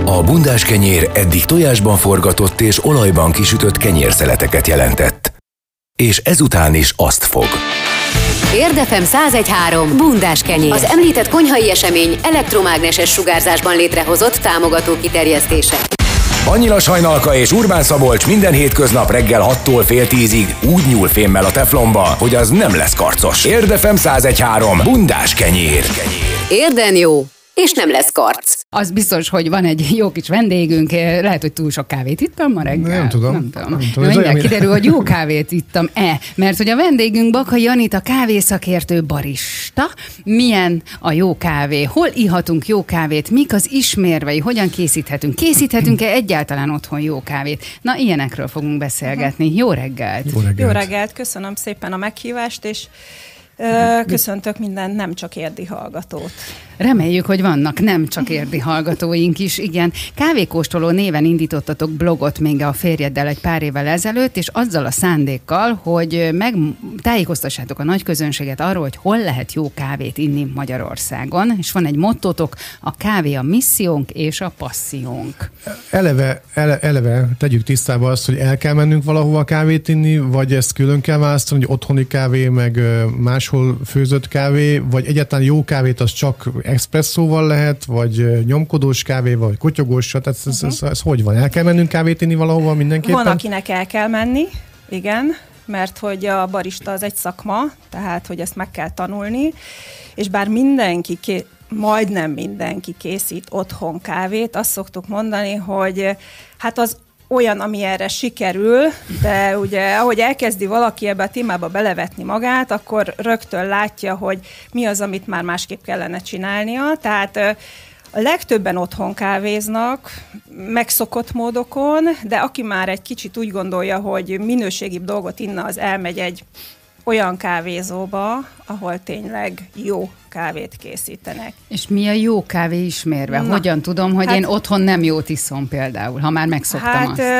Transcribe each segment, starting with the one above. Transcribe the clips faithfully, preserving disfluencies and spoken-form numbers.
A bundás kenyér eddig tojásban forgatott és olajban kisütött kenyérszeleteket jelentett. És ezután is azt fog. Érdefem száz egy három bundás kenyér. Az említett konyhai esemény elektromágneses sugárzásban létrehozott támogató kiterjesztése. Annyila Sajnalka és Urbán Szabolcs minden hétköznap reggel hattól fél tízig úgy nyúl fémmel a teflonba, hogy az nem lesz karcos. Érdefem száz egy három bundás kenyér. Érden jó, és nem lesz karc. Az biztos, hogy van egy jó kis vendégünk, lehet, hogy túl sok kávét ittam ma reggel. Nem tudom. Nem tudom. Nem tudom. Mindjárt olyan, kiderül, hogy jó kávét ittam-e, mert hogy a vendégünk Bakai Anita kávészakértő barista. Milyen a jó kávé? Hol ihatunk jó kávét? Mik az ismérvei? Hogyan készíthetünk? Készíthetünk-e egyáltalán otthon jó kávét? Na, ilyenekről fogunk beszélgetni. Jó reggelt! Jó reggelt! Jó reggelt, köszönöm szépen a meghívást, és köszöntök minden nem csak érdi hallgatót. Reméljük, hogy vannak nem csak érdi hallgatóink is, igen. Kávékóstoló néven indítottatok blogot még a férjeddel egy pár évvel ezelőtt, és azzal a szándékkal, hogy meg tájékoztassátok a nagy közönséget arról, hogy hol lehet jó kávét inni Magyarországon, és van egy mottotok, a kávé a missziónk és a passziónk. Eleve, ele, eleve tegyük tisztába azt, hogy el kell mennünk valahova kávét inni, vagy ezt külön kell választani, hogy otthoni kávé, meg máshol főzött kávé, vagy egyáltalán jó kávét az csak expresszóval lehet, vagy nyomkodós kávéval, vagy kotyogós, tehát ez, ez, ez, ez hogy van? El kell mennünk kávét inni valahova mindenképpen? Van, akinek el kell menni, igen, mert hogy a barista az egy szakma, tehát hogy ezt meg kell tanulni, és bár mindenki, ké- majdnem mindenki készít otthon kávét, azt szoktuk mondani, hogy hát az olyan, ami erre sikerül, de ugye ahogy elkezdi valaki ebbe a témába belevetni magát, akkor rögtön látja, hogy mi az, amit már másképp kellene csinálnia. Tehát a legtöbben otthon kávéznak, megszokott módokon, de aki már egy kicsit úgy gondolja, hogy minőségibb dolgot inna, az elmegy egy olyan kávézóba, ahol tényleg jó kávét készítenek. És mi a jó kávé ismérve? Na, Hogyan tudom, hogy hát, én otthon nem jót iszom például, ha már megszoktam hát, azt?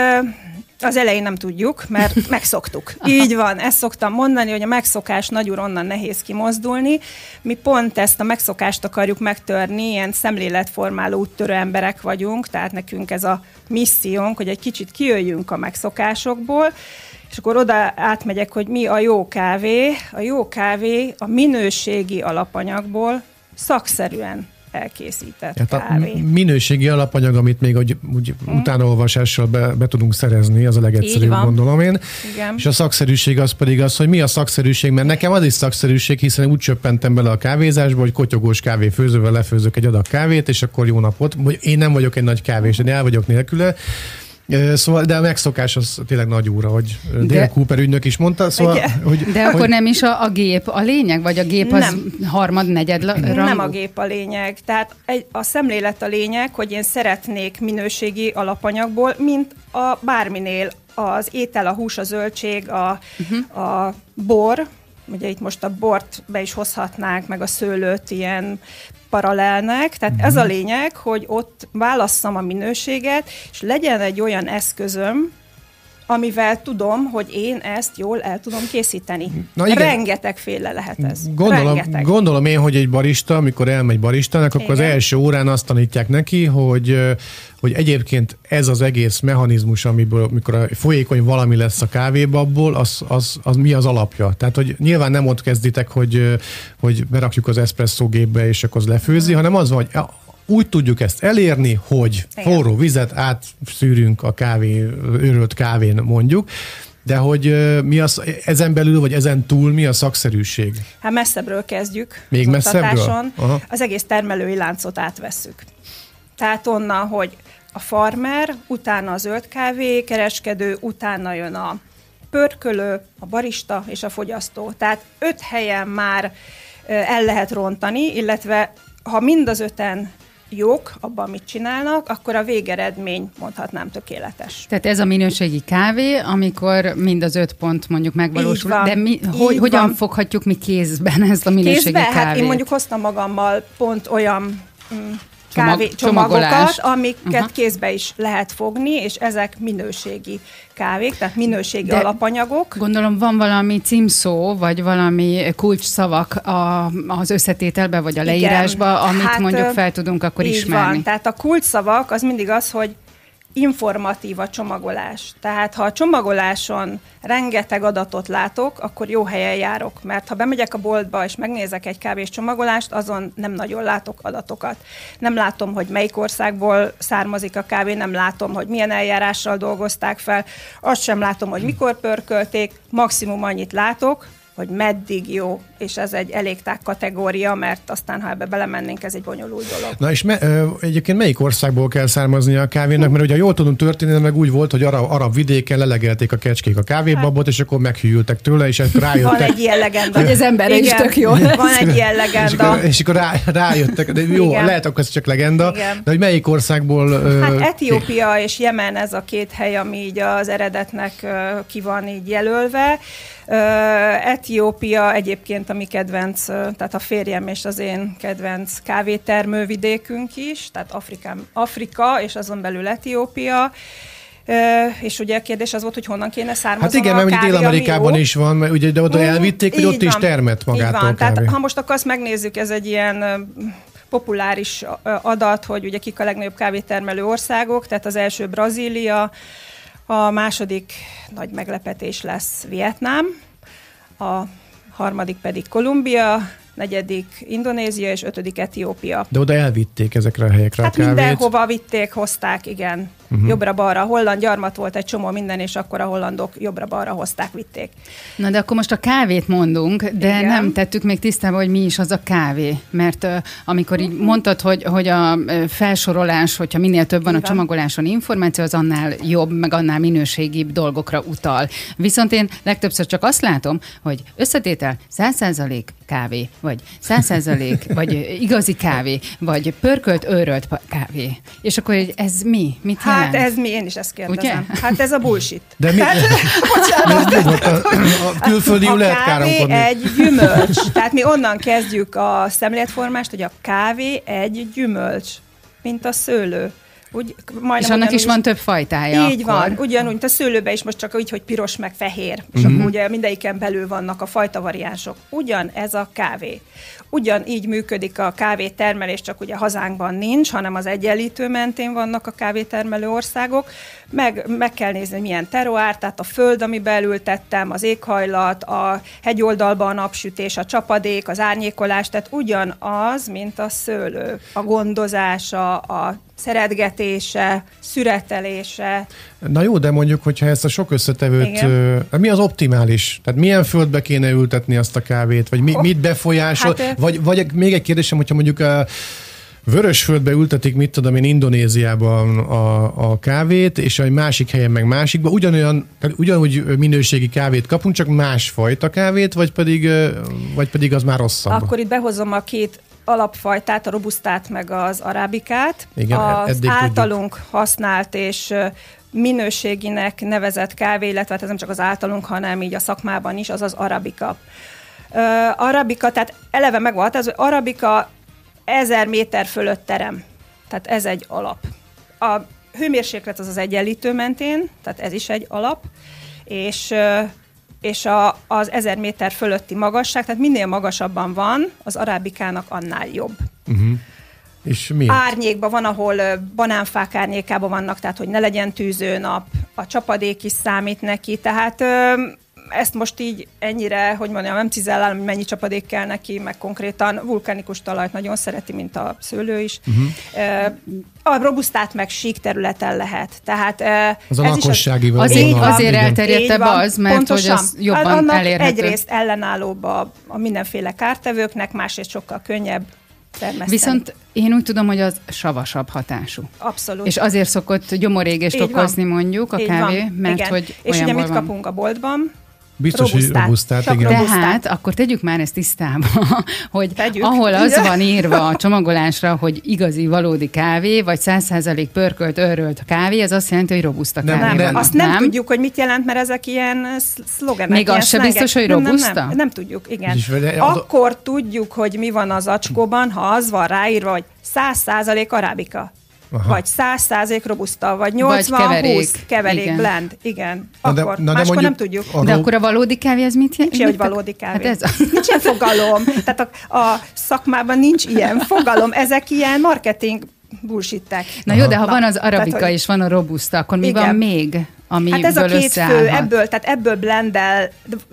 Az elején nem tudjuk, mert megszoktuk. Így van, ezt szoktam mondani, hogy a megszokás nagyúr onnan nehéz kimozdulni. Mi pont ezt a megszokást akarjuk megtörni, ilyen szemléletformáló úttörő emberek vagyunk, tehát nekünk ez a missziónk, hogy egy kicsit kijöjjünk a megszokásokból, és akkor oda átmegyek, hogy mi a jó kávé. A jó kávé a minőségi alapanyagból szakszerűen elkészített hát kávé. A minőségi alapanyag, amit még úgy, úgy hmm. utánaolvasással be, be tudunk szerezni, az a legegyszerűbb, gondolom én. Igen. És a szakszerűség az pedig az, hogy mi a szakszerűség, mert nekem az is szakszerűség, hiszen úgy csöppentem bele a kávézásba, hogy kotyogós kávéfőzővel lefőzök egy adag kávét, és akkor jó napot. Én nem vagyok egy nagy kávés, de el vagyok nélküle. Szóval, de a megszokás az tényleg nagy úra, hogy Dale Cooper ügynök is mondta. Szóval, hogy, de hogy, akkor nem is a, a gép a lényeg, vagy a gép az nem. harmad, negyed rangú? Nem a gép a lényeg. Tehát egy, a szemlélet a lényeg, hogy én szeretnék minőségi alapanyagból, mint a bárminél az étel, a hús, a zöldség, a, uh-huh. a bor, ugye itt most a bort be is hozhatnánk, meg a szőlőt ilyen paralelnek, tehát uh-huh. ez a lényeg, hogy ott válasszam a minőséget, és legyen egy olyan eszközöm, amivel tudom, hogy én ezt jól el tudom készíteni. Rengetegféle lehet ez. Gondolom, Rengeteg. gondolom én, hogy egy barista, amikor elmegy baristának, akkor igen. az első órán azt tanítják neki, hogy, hogy egyébként ez az egész mechanizmus, amiből, amikor a folyékony valami lesz a kávéba, abból, az, az, az mi az alapja. Tehát, hogy nyilván nem ott kezditek, hogy, hogy berakjuk az eszpresszógépbe, és akkor az lefőzi, hanem az van, hogy úgy tudjuk ezt elérni, hogy igen. forró vizet átszűrünk a kávé, őrölt kávén mondjuk, de hogy mi az, ezen belül, vagy ezen túl mi a szakszerűség? Hát messzebbről kezdjük. Még messzebbről? Az egész termelői láncot átvesszük. Tehát onnan, hogy a farmer, utána a zöld kávé kereskedő, utána jön a pörkölő, a barista és a fogyasztó. Tehát öt helyen már el lehet rontani, illetve ha mind az öten jók abban, mit csinálnak, akkor a végeredmény mondhatnám tökéletes. Tehát ez a minőségi kávé, amikor mind az öt pont mondjuk megvalósul, van, de mi, hogy, hogyan van. foghatjuk mi kézbe ezt a minőségi kézbe? kávét? Hát én mondjuk hoztam magammal pont olyan mm, kávé csomagokat, amiket uh-huh. kézbe is lehet fogni, és ezek minőségi kávék, tehát minőségi De alapanyagok. Gondolom van valami címszó, vagy valami kulcsszavak a, az összetételbe, vagy a leírásba, amit hát, mondjuk fel tudunk akkor így ismerni. Van. Tehát a kulcsszavak az mindig az, hogy informatív a csomagolás. Tehát ha a csomagoláson rengeteg adatot látok, akkor jó helyen járok, mert ha bemegyek a boltba és megnézek egy kávés csomagolást, azon nem nagyon látok adatokat. Nem látom, hogy melyik országból származik a kávé, nem látom, hogy milyen eljárással dolgozták fel, azt sem látom, hogy mikor pörkölték, maximum annyit látok, hogy meddig jó, és ez egy elég tág kategória, mert aztán, ha ebbe belemennénk, ez egy bonyolult dolog. Na és me, ö, egyébként melyik országból kell származnia a kávénak? Mert ugye jól tudom történni, meg úgy volt, hogy arab, arab vidéken lelegelték a kecskék a kávébabot, és akkor meghűltek tőle, és akkor rájöttek. Van egy ilyen legenda. Hogy az emberre is tök jó. Van egy ilyen legenda. És akkor, és akkor rá, rájöttek, de jó, igen. Lehet, akkor ez csak legenda, igen. De hogy melyik országból... Ö, hát Etiópia és Jemen ez a két hely, ami így az eredetnek ki van így jelölve. Uh, Etiópia egyébként a mi kedvenc, tehát a férjem és az én kedvenc kávétermővidékünk is, tehát Afrikán, Afrika és azon belül Etiópia. Uh, és ugye a kérdés az volt, hogy honnan kéne származni. Hát igen, mert ugye Dél-Amerikában is van, mert ugye de oda elvitték, hogy ott van. Is termett magától van. Kávé. Tehát ha most akkor azt megnézzük, ez egy ilyen populáris adat, hogy ugye kik a legnagyobb kávétermelő országok, tehát az első Brazília, a második nagy meglepetés lesz Vietnám, a harmadik pedig Kolumbia, negyedik Indonézia és ötödik Etiópia. De oda elvitték ezekre a helyekre hát a kávét? Mindenhova vitték, hozták, igen. Uh-huh. Jobbra-balra. Holland gyarmat volt egy csomó minden, és akkor a hollandok jobbra-balra hozták, vitték. Na de akkor most a kávét mondunk, de igen. Nem tettük még tisztába, hogy mi is az a kávé. Mert uh, amikor így mondtad, hogy, hogy a uh, felsorolás, hogyha minél több van igen. a csomagoláson információ, az annál jobb, meg annál minőségibb dolgokra utal. Viszont én legtöbbször csak azt látom, hogy összetétel száz százalék kávé, vagy száz százalék, vagy igazi kávé, vagy pörkölt, őrölt kávé. És akkor ez mi? Mit jelent? Hát ez mi? Én is ezt kérdezem. Ugye? Hát ez a bullshit. De mi? Hát, bocsánat. A, a külföldi lehet káromkodni. A kávé egy gyümölcs. Tehát mi onnan kezdjük a szemléletformást, hogy a kávé egy gyümölcs, mint a szőlő. Úgy, és annak is van több fajtája. Így akkor. Van, ugyanúgy, a szőlőben is most csak úgy, hogy piros meg fehér, és uh-huh. akkor ugye mindegyiken belül vannak a fajta variánsok. Ugyan ez a kávé. Ugyanígy működik a kávétermelés, csak ugye hazánkban nincs, hanem az egyenlítő mentén vannak a kávétermelő országok. Meg, meg kell nézni, milyen teroár, tehát a föld, amiben elültettem, az éghajlat, a hegyoldalban a napsütés, a csapadék, az árnyékolás, tehát ugyanaz, mint a szőlő. A gondozása, a szeretgetése, szüretelése. Na jó, de mondjuk, hogyha ezt a sok összetevőt, uh, mi az optimális? Tehát milyen földbe kéne ültetni azt a kávét? Vagy mi, mit befolyásol? Hát, vagy, vagy még egy kérdésem, hogyha mondjuk a vörösföldbe ültetik, mit tudom én, Indonéziában a, a kávét, és egy másik helyen meg másikban, ugyanolyan, ugyanúgy minőségi kávét kapunk, csak másfajta kávét, vagy pedig, vagy pedig az már rosszabb? Akkor itt behozom a két alapfajtát, a robusztát meg az arábikát. Igen, az általunk tudjuk. Használt és minőséginek nevezett kávé, illetve ez nem csak az általunk, hanem így a szakmában is, az az arabika. Uh, arabika, tehát eleve meg volt ez, hogy arabika ezer méter fölött terem. Tehát ez egy alap. A hőmérséklet az az egyenlítő mentén, tehát ez is egy alap, és és a, az ezer méter fölötti magasság, tehát minél magasabban van, az arábikának annál jobb. Uh-huh. És miért? Árnyékban van, ahol banánfák árnyékában vannak, tehát hogy ne legyen tűzőnap, a csapadék is számít neki, tehát ö, ezt most így ennyire, hogy mondjam, nem cizellálom, hogy mennyi csapadék kell neki, meg konkrétan vulkanikus talajt nagyon szereti, mint a szőlő is. Uh-huh. A robusztát meg sík területen lehet. Tehát, az a lakossági az, azért, azért elterjedtebb az, mert pontosan, hogy az jobban annak elérhető. Egyrészt ellenállóbb a, a mindenféle kártevőknek, másrészt sokkal könnyebb termeszteni. Viszont én úgy tudom, hogy az savasabb hatású. Abszolút. És azért szokott gyomorégést okozni mondjuk a így kávé, van. mert igen. hogy és ugye mit van. kapunk a boltban? Biztos, hogy robusztát, igen. Tehát akkor tegyük már ezt tisztába, hogy tegyük. ahol az van írva a csomagolásra, hogy igazi, valódi kávé, vagy száz százalék pörkölt, örölt kávé, az azt jelenti, hogy robuszta kávé nem, van. nem. Azt nem, nem tudjuk, hogy mit jelent, mert ezek ilyen szlogenek. Még az sem biztos, hogy robuszta? Nem, nem, nem, nem tudjuk, igen. Akkor tudjuk, hogy mi van az acskóban, ha az van ráírva, hogy száz százalék arábika. Aha. Vagy száz százalék robuszta, vagy nyolcvan húsz keverék, igen. blend, igen. Na akkor, de, na máskor de nem tudjuk. A de akkor a valódi kávé az mit jelent? Nincs, hogy valódi kávé. Hát ez a... Nincs ilyen fogalom. Tehát a, a szakmában nincs ilyen fogalom. Ezek ilyen marketing bullshittek. Na jó, de ha van az arabika tehát, és van a robusta, akkor mi igen. van még? Hát ez a két fő, ebből, tehát ebből blendel,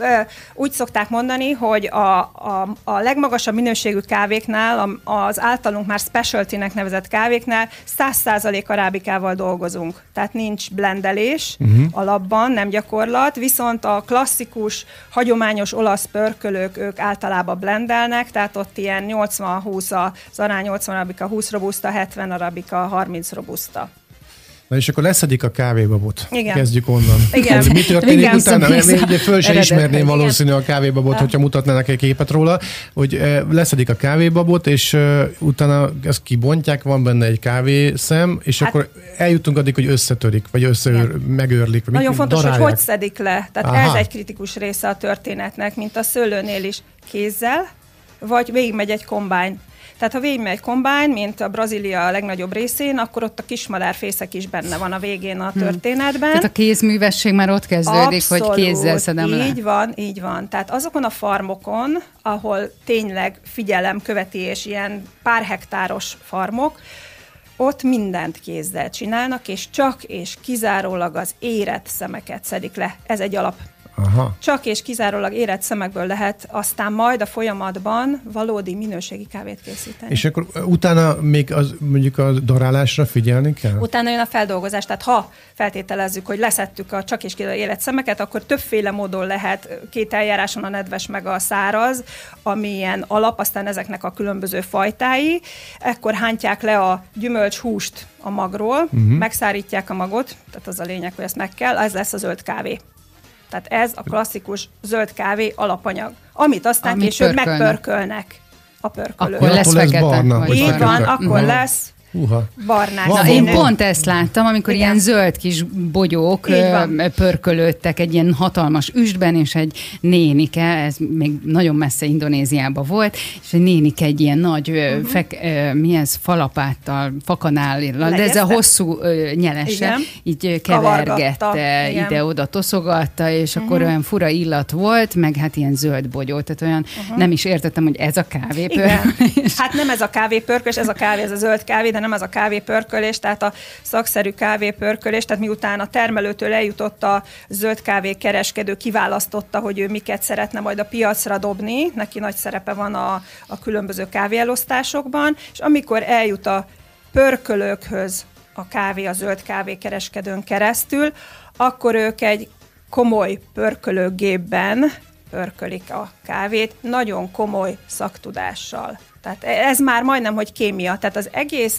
úgy szokták mondani, hogy a, a, a legmagasabb minőségű kávéknál, az általunk már specialty-nek nevezett kávéknál száz százalék arábikával dolgozunk. Tehát nincs blendelés uh-huh. alapban, nem gyakorlat, viszont a klasszikus, hagyományos olasz pörkölők, ők általában blendelnek, tehát ott ilyen nyolcvan húsz az arány, nyolcvan arabika, húsz robusta, hetven arabika, harminc robusta. Na és akkor leszedik a kávébabot. Igen. Kezdjük onnan. Igen. Ez mi történik igen, utána? Mert még ugye föl se eredet, ismerném valószínű a kávébabot, hogyha mutatnának egy képet róla, hogy leszedik a kávébabot, és uh, utána ezt kibontják, van benne egy kávészem, és hát, akkor eljutunk addig, hogy összetörik, vagy összeőr, megőrlik. Vagy nagyon mit, fontos, darálják. hogy hogy szedik le. Tehát aha. ez egy kritikus része a történetnek, mint a szőlőnél is kézzel, vagy végigmegy egy kombány. Tehát ha végigmegy egy kombány, mint a Brazília a legnagyobb részén, akkor ott a kismadárfészek is benne van a végén a történetben. Tehát a kézművesség már ott kezdődik, abszolút, hogy kézzel szedem le. Így van, így van. Tehát azokon a farmokon, ahol tényleg figyelem követi, és ilyen pár hektáros farmok, ott mindent kézzel csinálnak, és csak és kizárólag az érett szemeket szedik le. Ez egy alap. Aha. Csak és kizárólag érett szemekből lehet aztán majd a folyamatban valódi minőségi kávét készíteni. És akkor utána még az, mondjuk a darálásra figyelni kell? Utána jön a feldolgozás, tehát ha feltételezzük, hogy leszettük a csak és kizárólag érett szemeket, akkor többféle módon lehet, két eljáráson, a nedves meg a száraz, ami ilyen alap, aztán ezeknek a különböző fajtái. Ekkor hántják le a gyümölcs húst a magról, uh-huh. megszárítják a magot, tehát az a lényeg, hogy ezt meg kell, ez lesz a zöld kávé. Tehát ez a klasszikus zöld kávé alapanyag, amit aztán amit később pörkölnek. megpörkölnek a pörkölők. Akkor lesz fekete. Barna, így van, akkor uh-huh. lesz Uh-ha. barnás. Na, én pont ezt láttam, amikor igen. ilyen zöld kis bogyók pörkölődtek egy ilyen hatalmas üstben, és egy nénike, ez még nagyon messze Indonéziában volt, és egy nénike egy ilyen nagy, uh-huh. fek, mi ez, falapáttal, fakanállal, de ez a hosszú nyelese, így kevergette, ide-oda toszogatta, és uh-huh. akkor olyan fura illat volt, meg hát ilyen zöld bogyó, tehát olyan uh-huh. nem is értettem, hogy ez a kávépörkölés. Hát nem ez a kávépörkölés, ez a kávé, ez a zöld kávé, de nem az a kávépörkölés, tehát a szakszerű kávépörkölés, tehát miután a termelőtől eljutott a zöld kávé kereskedő, kiválasztotta, hogy ő miket szeretne majd a piacra dobni, neki nagy szerepe van a, a különböző kávéelosztásokban, és amikor eljut a pörkölőkhöz a kávé, a zöld kávé kereskedőn keresztül, akkor ők egy komoly pörkölőgépben pörkölik a kávét, nagyon komoly szaktudással. Tehát ez már majdnem, hogy kémia. Tehát az egész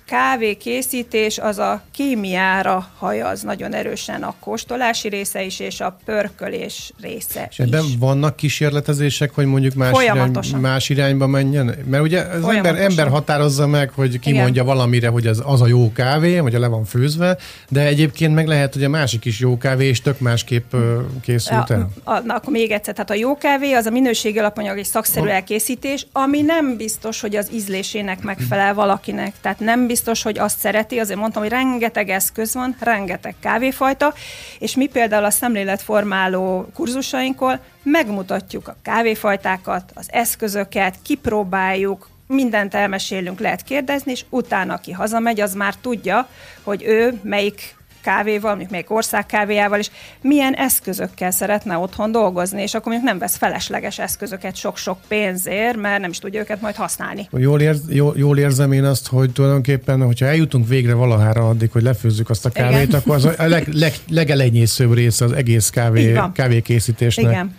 kávékészítés az a kémiára hajaz nagyon erősen, a kóstolási része is, és a pörkölés része és is. Ebben vannak kísérletezések, hogy mondjuk más, irány, más irányba menjen? Mert ugye az ember, ember határozza meg, hogy ki igen. mondja valamire, hogy az, az a jó kávé, vagy a le van főzve, de egyébként meg lehet, hogy a másik is jó kávé, és tök másképp készült el. A, a, akkor még egyszer, tehát a jó kávé az a minőségi alapanyag és szakszerű a... elkészítés, ami nem biztos, hogy az ízlésének megfelel valakinek. Tehát nem biztos, biztos, hogy azt szereti, azért mondtam, hogy rengeteg eszköz van, rengeteg kávéfajta, és mi például a szemléletformáló kurzusainkon megmutatjuk a kávéfajtákat, az eszközöket, kipróbáljuk, mindent elmesélünk, lehet kérdezni, és utána, aki hazamegy, az már tudja, hogy ő melyik kávéval, mondjuk melyik ország kávéjával, és milyen eszközökkel szeretne otthon dolgozni, és akkor mondjuk nem vesz felesleges eszközöket sok-sok pénzért, mert nem is tudja őket majd használni. Jól, érz, jól, jól érzem én azt, hogy tulajdonképpen, hogyha eljutunk végre valahára addig, hogy lefőzzük azt a kávét, igen. akkor az a leg, leg, legelenyészőbb része az egész kávé, kávékészítésnek. Igen.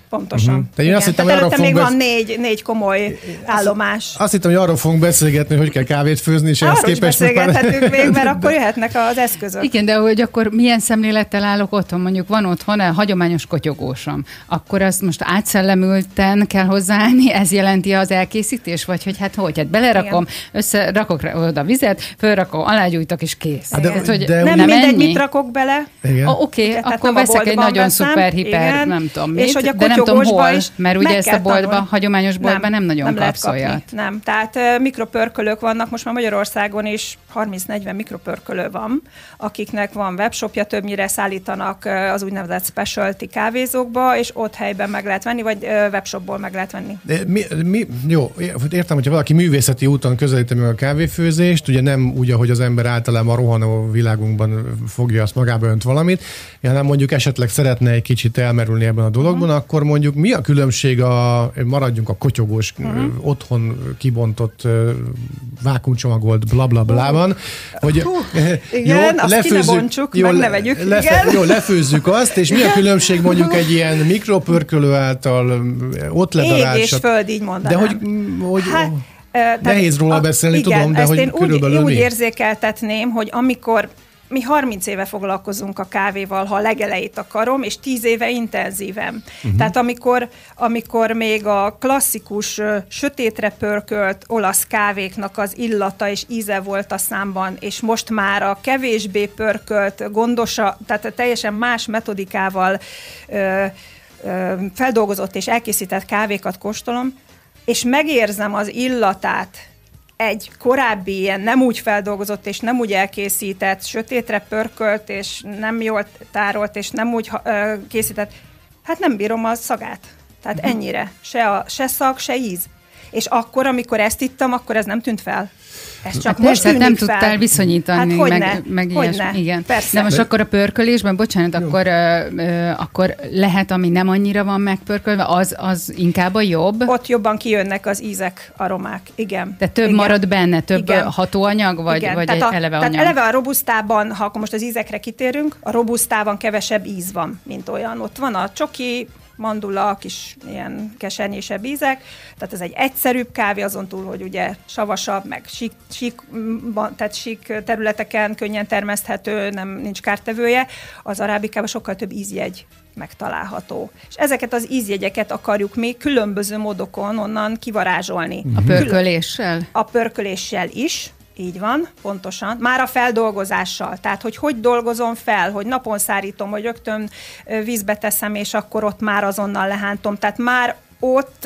pontosan. Uh-huh. De én azt hittem, előtte még besz... van négy, négy komoly állomás. Azt, azt hittem, hogy arról fogunk beszélgetni, hogy kell kávét főzni, és ehhez képest... beszélgethetünk már... még, mert akkor jöhetnek az eszközök. Igen, de hogy akkor milyen szemlélettel állok otthon? Mondjuk van otthon a hagyományos kotyogósom. Akkor azt most átszellemülten kell hozzáállni? Ez jelenti az elkészítés? Vagy hogy hát hogy? Hát belerakom, összerakok oda vizet, fölrakom, alágyújtok és kész. De, hát, hogy de, nem, nem mindegy, mit rakok bele. Oh, Oké, okay, akkor veszek egy nagyon veszem, szuper, hiper, igen, nem tudom mit, és hogy a de nem tudom hol, is mert ugye ezt a boltban, hagyományos boltban nem, nem nagyon nem kapsz olyat. Nem, tehát uh, mikropörkölők vannak, most már Magyarországon is harminc-negyven mikropörkölő van, akiknek van webshopja, többnyire szállítanak uh, az úgynevezett specialty kávézókba, és ott helyben meg lehet venni, vagy uh, webshopból meg lehet venni. De mi, mi, jó, értem, hogyha valaki művészeti úton közelíti meg a kávéfőzést, ugye nem úgy, ahogy az ember általában a rohanó világunkban fogja azt magába önt valamit, hanem mondjuk esetleg szeretne egy kicsit elmerülni ebben a dologban, uh-huh. akkor mondjuk mi a különbség a, maradjunk a kotyogós, uh-huh. otthon kibontott, vákuumcsomagolt blablablában, hogy Hú, igen, jó, azt ki ne bontsuk, jó, meg ne vegyük. Lefe, jó, lefőzzük azt, és mi a különbség mondjuk egy ilyen mikropörkölő által ott ledarált... Ég és föld, így mondanám. De hogy... hogy hát, nehéz róla a, beszélni, igen, tudom, de hogy én körülbelül úgy, mi? úgy érzékeltetném, hogy amikor mi harminc éve foglalkozunk a kávéval, ha a legelejét akarom, és tíz éve intenzíven. Uh-huh. Tehát amikor, amikor még a klasszikus uh, sötétre pörkölt olasz kávéknak az illata és íze volt a számban, és most már a kevésbé pörkölt, gondosa, tehát teljesen más metodikával uh, uh, feldolgozott és elkészített kávékat kóstolom, és megérzem az illatát egy korábbi ilyen nem úgy feldolgozott és nem úgy elkészített, sötétre pörkölt és nem jól tárolt és nem úgy ö, készített, hát nem bírom a szagát. Tehát uh-huh. ennyire. Se, a, se szag, se íz. És akkor, amikor ezt ittam, akkor ez nem tűnt fel. Ez csak hát most persze, nem fel. tudtál viszonyítani, hát meg, meg ilyesmi. Igen. Persze. De most De... akkor a pörkölésben, bocsánat, akkor, ö, ö, akkor lehet, ami nem annyira van megpörkölve, az, az inkább a jobb? Ott jobban kijönnek az ízek, aromák. Igen. De több igen. marad benne? Több igen. hatóanyag, vagy, vagy egy a, eleve tehát anyag? eleve a robusztában, ha akkor most az ízekre kitérünk, a robusztában kevesebb íz van, mint olyan. Ott van a csoki, mandula, kis ilyen kesernyésebb ízek, tehát ez egy egyszerűbb kávé, azon túl, hogy ugye savasabb, meg sík, sík, tehát sík területeken könnyen termeszthető, nem nincs kártevője, az arábikában sokkal több ízjegy megtalálható. És ezeket az ízjegyeket akarjuk mi különböző módokon onnan kivarázsolni. A pörköléssel? A pörköléssel is. Így van, pontosan. Már a feldolgozással. Tehát, hogy hogy dolgozom fel, hogy napon szárítom, hogy rögtön vízbe teszem, és akkor ott már azonnal lehántom. Tehát már ott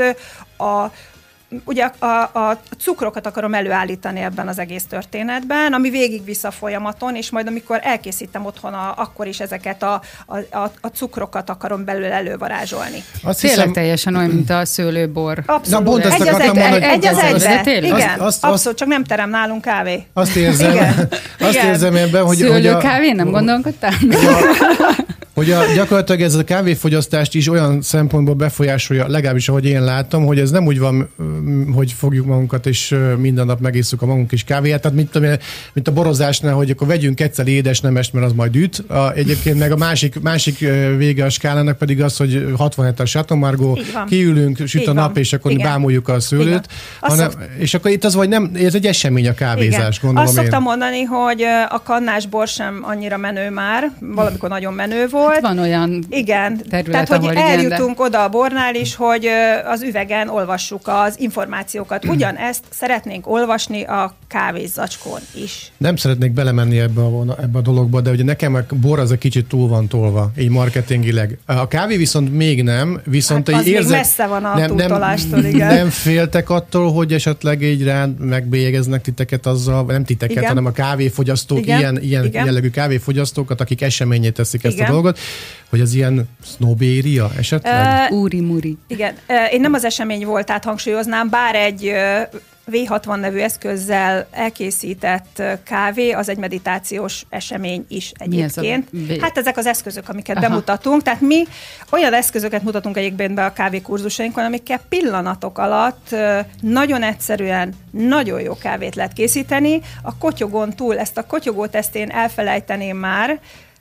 a ugye a, a, a cukrokat akarom előállítani ebben az egész történetben, ami végigvisz a folyamaton, és majd amikor elkészítem otthon, a, akkor is ezeket a, a, a, a cukrokat akarom belőle elővarázsolni. Azt Tényleg hiszem... teljesen olyan, mint a szőlőbor. Abszolút. Egy az, egy, egy, egy az egybe. Igen, azt, azt, abszolút, csak nem terem nálunk kávé. Azt érzem, Igen. azt Igen. érzem ebben, hogy... Szőlőkávé, nem gondolkodtál? Hogy a, gyakorlatilag ez a kávéfogyasztást is olyan szempontból befolyásolja, legalábbis ahogy én látom, hogy ez nem úgy van, hogy fogjuk magunkat, és minden nap megisszuk a magunk kis kávéját, tehát mint, mint a borozásnál, hogy akkor vegyünk egyszer édes nemest, mert az majd üt. A, egyébként meg a másik, másik vége a skálának pedig az, hogy hatvanhetes Chateau Margaux, kiülünk, süt Így a nap, van. És akkor Igen. bámuljuk a szőlőt. Hanem, szok... És akkor itt az vagy nem, ez egy esemény a kávézás, Igen. gondolom Azt én. szoktam mondani, hogy a kannás bor sem annyira menő már, valamikor nagyon menő volt. Hát van olyan igen. terület, Tehát, hogy eljutunk igen, de... oda a bornál is, hogy az üvegen olvassuk az információkat. Ugyanezt szeretnénk olvasni a kávézacskón is. Nem szeretnék belemenni ebbe a, ebbe a dologba, de ugye nekem a bor az egy kicsit túl van tolva, így marketingileg. A kávé viszont még nem, viszont hát az érzek... még messze van a nem, túltolástól, nem, igen. Nem féltek attól, hogy esetleg így rá megbélyegeznek titeket azzal, nem titeket, igen. hanem a kávéfogyasztók, igen. ilyen, ilyen igen. jellegű kávéfogyasztókat, akik eseményé teszik igen. ezt a dolgot, hogy az ilyen sznobéria esetleg? Uh, Úri-muri. Igen. Uh, én nem az esemény voltát hangsúlyoznám, bár egy uh, vé hatvan nevű eszközzel elkészített kávé, az egy meditációs esemény is egyébként. Ez hát ezek az eszközök, amiket Aha. bemutatunk. Tehát mi olyan eszközöket mutatunk egyébként be a kávékurzusainkon, amikkel pillanatok alatt nagyon egyszerűen, nagyon jó kávét lehet készíteni. A kotyogón túl, ezt a kotyogót ezt én elfelejteném már,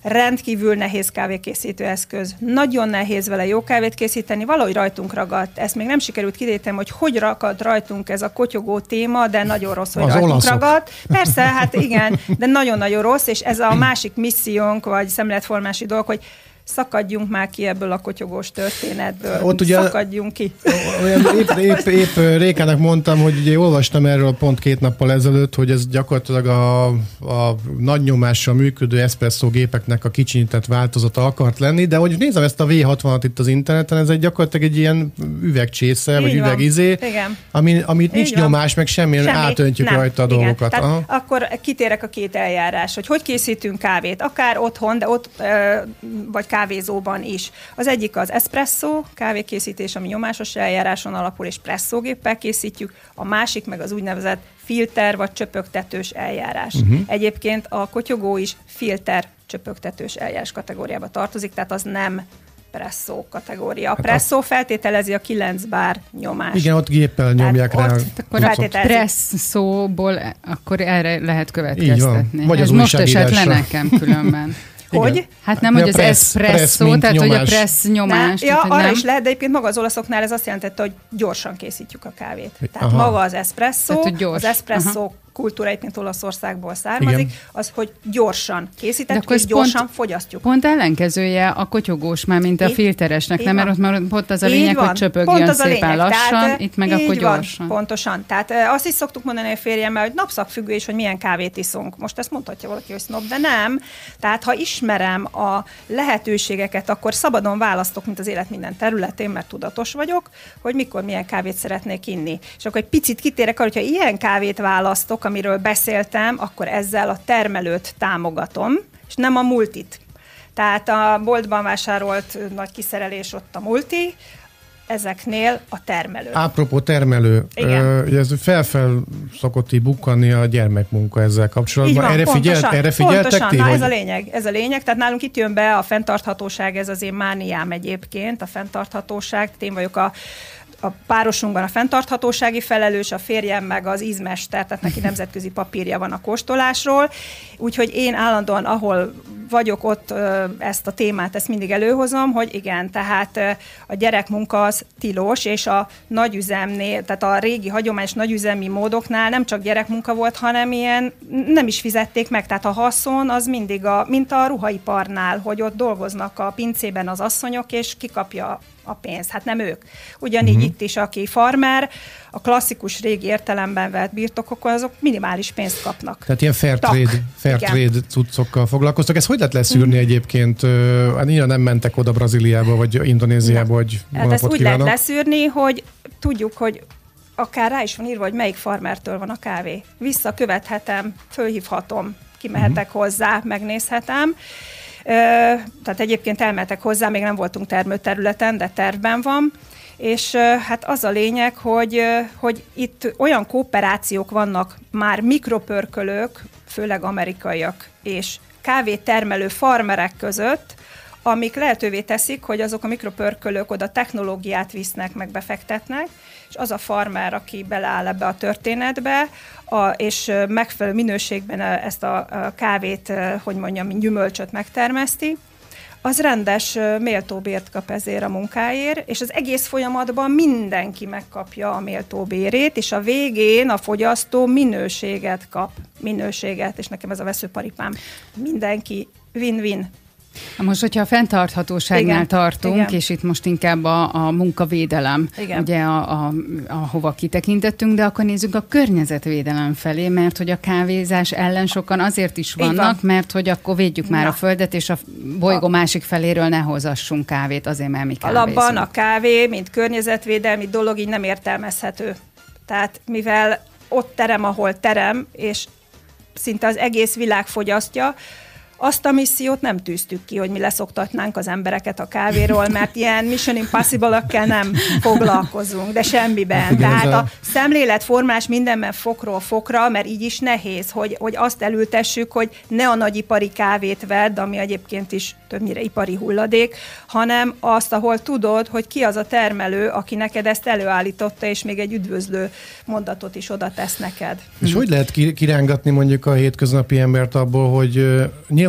rendkívül nehéz kávékészítő eszköz. Nagyon nehéz vele jó kávét készíteni, valahogy rajtunk ragadt. Ezt még nem sikerült kidétem, hogy hogy ragad rajtunk ez a kotyogó téma, de nagyon rossz, hogy az rajtunk olaszok. Ragadt. Persze, hát igen, de nagyon-nagyon rossz, és ez a másik missziónk, vagy szemléletformási dolog, hogy szakadjunk már ki ebből a kotyogós történetből. Ott ugye, szakadjunk ki. Olyan épp, épp, épp Rékának mondtam, hogy ugye olvastam erről pont két nappal ezelőtt, hogy ez gyakorlatilag a, a nagy nyomással működő eszpresszó gépeknek a kicsinyített változata akart lenni, de hogy nézem ezt a vé hatvanat itt az interneten, ez egy gyakorlatilag egy ilyen üvegcsésze, vagy üvegizé, ami, amit nincs Így nyomás, van. meg semmilyen Semmi. átöntjük nem. rajta a Igen. dolgokat. Tehát akkor kitérek a két eljárás, hogy hogy készítünk kávét, akár otthon, de ott vagy kávézóban is. Az egyik az espresszó, kávékészítés, ami nyomásos eljáráson alapul, és presszógéppel készítjük, a másik meg az úgynevezett filter vagy csöpögtetős eljárás. Uh-huh. Egyébként a kotyogó is filter csöpögtetős eljárás kategóriába tartozik, tehát az nem presszó kategória. A presszó feltételezi a kilenc bár nyomást. Igen, ott géppel nyomják rá. Akkor a presszóból akkor erre lehet következtetni. Ez most esett le nekem különben. Hogy? Hát nem, hogy az espresszó, tehát hogy a pressz nyomás. Ja, arra nem. is lehet, de egyébként maga az olaszoknál ez azt jelentette, hogy gyorsan készítjük a kávét. Tehát Aha. maga az espresszó, tehát, az espresszó kultúra egyébként Olaszországból származik, Igen. az, hogy gyorsan készítettük, és gyorsan pont, fogyasztjuk. Pont ellenkezője a kotyogós már, mint a így, filteresnek, így nem? Mert ott már pont az a lényeg, van. hogy csöpögjön szépen lényeg. lassan, tehát, itt meg akkor gyorsan. Van, pontosan. Tehát azt is szoktuk mondani a férjemmel, hogy napszakfüggő is, hogy milyen kávét iszunk. Most ezt mondhatja valaki, hogy snob, de nem. Tehát ha ismerem a lehetőségeket, akkor szabadon választok, mint az élet minden területén, mert tudatos vagyok, hogy mikor milyen kávét szeretnék inni. És akkor egy picit kitérek arra, hogyha ilyen kávét választok, amiről beszéltem, akkor ezzel a termelőt támogatom, és nem a multit. Tehát a boltban vásárolt nagy kiszerelés ott a multi, ezeknél a termelő. Apropó termelő, ö, ez felfel szokott így bukkanni a gyermekmunka ezzel kapcsolatban. Van, erre, pontosan, figyel, erre figyeltek pontosan, ti? Na, hogy... ez a lényeg, ez a lényeg. Tehát nálunk itt jön be a fenntarthatóság, ez az én mániám egyébként, a fenntarthatóság. Én vagyok a A párosunkban a fenntarthatósági felelős, a férjem meg az ízmester, tehát neki nemzetközi papírja van a kóstolásról. Úgyhogy én állandóan, ahol vagyok, ott ezt a témát, ezt mindig előhozom, hogy igen, tehát a gyerekmunka az tilos, és a nagyüzemnél, tehát a régi hagyományos nagyüzemi módoknál nem csak gyerekmunka volt, hanem ilyen nem is fizették meg. Tehát a haszon az mindig, a, mint a ruhaiparnál, hogy ott dolgoznak a pincében az asszonyok, és kikapja a pénzt. Hát nem ők. Ugyanígy uh-huh. itt is, aki farmer, a klasszikus régi értelemben vett birtokok, azok minimális pénzt kapnak. Tehát ilyen fair trade, fair trade cuccokkal foglalkoztak. Ezt hogy lehet leszűrni uh-huh. egyébként? Hát nyilván nem mentek oda Brazíliába, vagy Indonéziába, hogy hát ezt úgy kívánok. Lehet leszűrni, hogy tudjuk, hogy akár rá is van írva, hogy melyik farmertől van a kávé. Visszakövethetem, fölhívhatom, kimehetek uh-huh. hozzá, megnézhetem. Tehát egyébként elmehetek hozzá, még nem voltunk termőterületen, de tervben van, és hát az a lényeg, hogy, hogy itt olyan kooperációk vannak, már mikropörkölők, főleg amerikaiak, és kávétermelő farmerek között, amik lehetővé teszik, hogy azok a mikropörkölők oda technológiát visznek, meg befektetnek, és az a farmer, aki beleáll ebbe a történetbe, a, és megfelelő minőségben ezt a, a kávét, hogy mondjam, gyümölcsöt megtermeszti, az rendes, méltó bért kap ezért a munkáért, és az egész folyamatban mindenki megkapja a méltó bérét, és a végén a fogyasztó minőséget kap, minőséget, és nekem ez a veszőparipám. Mindenki win-win. Most, hogyha a fenntarthatóságnál igen, tartunk, igen. és itt most inkább a, a munkavédelem, igen. ugye a, a, ahova kitekintettünk, de akkor nézzük a környezetvédelem felé, mert hogy a kávézás ellen sokan azért is vannak, van. mert hogy akkor védjük már Na. a földet, és a bolygó a... másik feléről ne hozassunk kávét, azért mert mi kávézunk. Alapban a kávé, mint környezetvédelmi dolog így nem értelmezhető. Tehát mivel ott terem, ahol terem, és szinte az egész világ fogyasztja, azt a missziót nem tűztük ki, hogy mi leszoktatnánk az embereket a kávéról, mert ilyen Mission Impossible-ökkel nem foglalkozunk, de semmiben. Tehát a szemléletformás mindenben fokról fokra, mert így is nehéz, hogy, hogy azt elültessük, hogy ne a nagyipari kávét vedd, ami egyébként is többnyire ipari hulladék, hanem azt, ahol tudod, hogy ki az a termelő, aki neked ezt előállította, és még egy üdvözlő mondatot is oda tesz neked. És hm. hogy lehet kirángatni mondjuk a hétköznapi embert abból, hogy uh, nyilván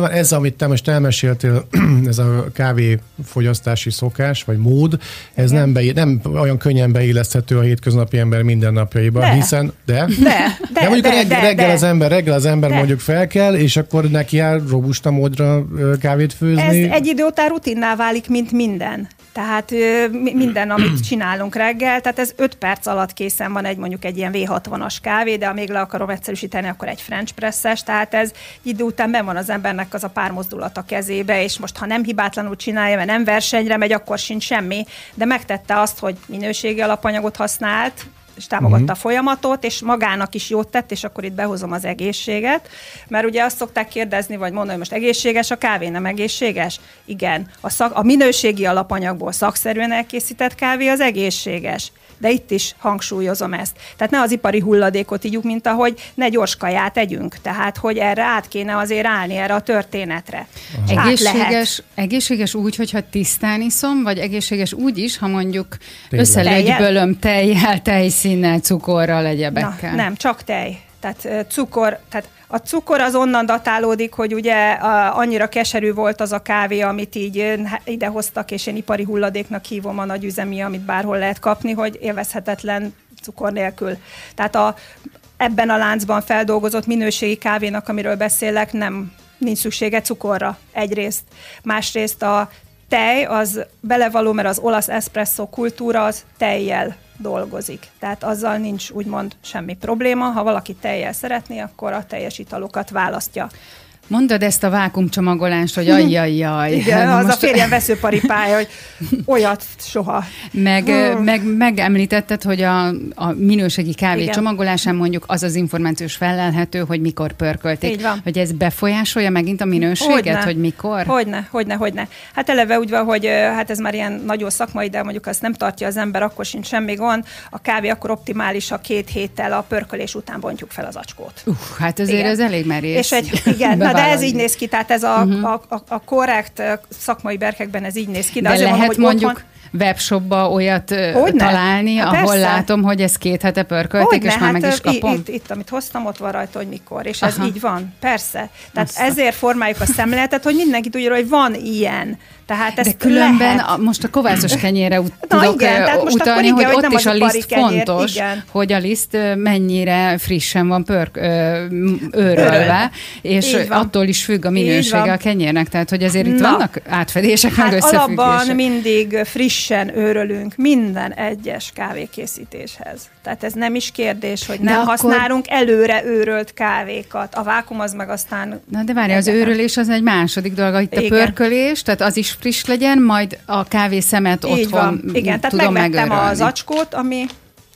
nyilván ez, amit te most elmeséltél, ez a kávéfogyasztási szokás, vagy mód, ez nem, be, nem olyan könnyen beilleszthető a hétköznapi ember mindennapjaiba, de. hiszen, de? De, de, de mondjuk de, reggel, de, reggel de. az ember, reggel az ember de. mondjuk fel kell, és akkor neki áll robusta módra kávét főzni. Ez egy idő után rutinná válik, mint minden. Tehát minden, amit csinálunk reggel, tehát ez öt perc alatt készen van egy mondjuk egy ilyen vé hatvanas kávé, de ha még le akarom egyszerűsíteni, akkor egy French presses, tehát ez idő után benn van az embernek az a pár mozdulat a kezébe, és most ha nem hibátlanul csinálja, mert nem versenyre megy, akkor sincs semmi, de megtette azt, hogy minőségi alapanyagot használt, és támogatta uh-huh. a folyamatot, és magának is jót tett, és akkor itt behozom az egészséget. Mert ugye azt szokták kérdezni, vagy mondani, hogy most egészséges, a kávé nem egészséges? Igen. A, szak, a minőségi alapanyagból szakszerűen elkészített kávé az egészséges. De itt is hangsúlyozom ezt. Tehát ne az ipari hulladékot ígyjuk, mint ahogy ne gyors kaját együnk. Tehát, hogy erre át kéne azért állni, erre a történetre. Egészséges, egészséges úgy, hogyha tisztán iszom, vagy egészséges úgy is, ha mondjuk összelögybölöm tejjel, tejszínnel, cukorral, egyebekkel. Na, nem, csak tej. Tehát cukor, tehát a cukor az onnan datálódik, hogy ugye a, annyira keserű volt az a kávé, amit így idehoztak, és én ipari hulladéknak hívom a nagyüzemi, amit bárhol lehet kapni, hogy élvezhetetlen cukor nélkül. Tehát a, ebben a láncban feldolgozott minőségi kávénak, amiről beszélek, nem nincs szüksége cukorra egyrészt. Másrészt a tej az belevaló, mert az olasz espresso kultúra az tejjel dolgozik. Tehát azzal nincs úgymond semmi probléma. Ha valaki tejjel szeretné, akkor a teljes italokat választja. Mondod ezt a vákumcsomagolást, hogy ajjajjaj. Igen, az most... a férjem veszőparipája, hogy olyat soha. Meg, hmm. meg, megemlítetted, hogy a, a minőségi kávé Igen. csomagolásán mondjuk az az információs felelhető, hogy mikor pörkölték. Hogy ez befolyásolja megint a minőséget, hogyne. hogy mikor? Hogyne, hogyne, hogyne. Hát eleve úgy van, hogy hát ez már ilyen nagyon szakmai, de mondjuk azt nem tartja az ember, akkor sincs semmi gond. A kávé akkor optimális, ha két héttel a pörkölés után bontjuk fel az acskót. Uh, hát azért igen. ez elég merész. És egy, igen, na, de ez így néz ki, tehát ez a, uh-huh. a, a, a korrekt szakmai berkekben ez így néz ki. De, de lehet mondom, mondjuk otthon... webshopba olyat Hogyne? találni, hát ahol persze. látom, hogy ez két hete pörkölték, Hogyne? és már hát meg is kapom? Itt, itt, amit hoztam, ott van rajta, hogy mikor, és Aha. ez így van, persze. Tehát Aztán. ezért formáljuk a szemléletet, hogy mindenki tudja, hogy van ilyen. Tehát de különben a, most a kovászos kenyére ut- Na, tudok igen, utalni, igen, hogy, hogy ott is a liszt kenyér, fontos, igen. hogy a liszt mennyire frissen van pörk, ö, őrölve, és attól is függ a minősége a kenyérnek, tehát hogy azért itt Na. vannak átfedések, hát meg összefüggések. Alapban mindig frissen őrölünk minden egyes kávékészítéshez. Tehát ez nem is kérdés, hogy nem de használunk akkor... előre őrölt kávékat. A vákum az meg aztán... Na de várj, az őrölés az egy második dolga, itt igen. a pörkölés, tehát az is friss legyen, majd a kávészemet Így otthon van. Igen, tudom tehát megvettem megőrölni. az acskót, ami,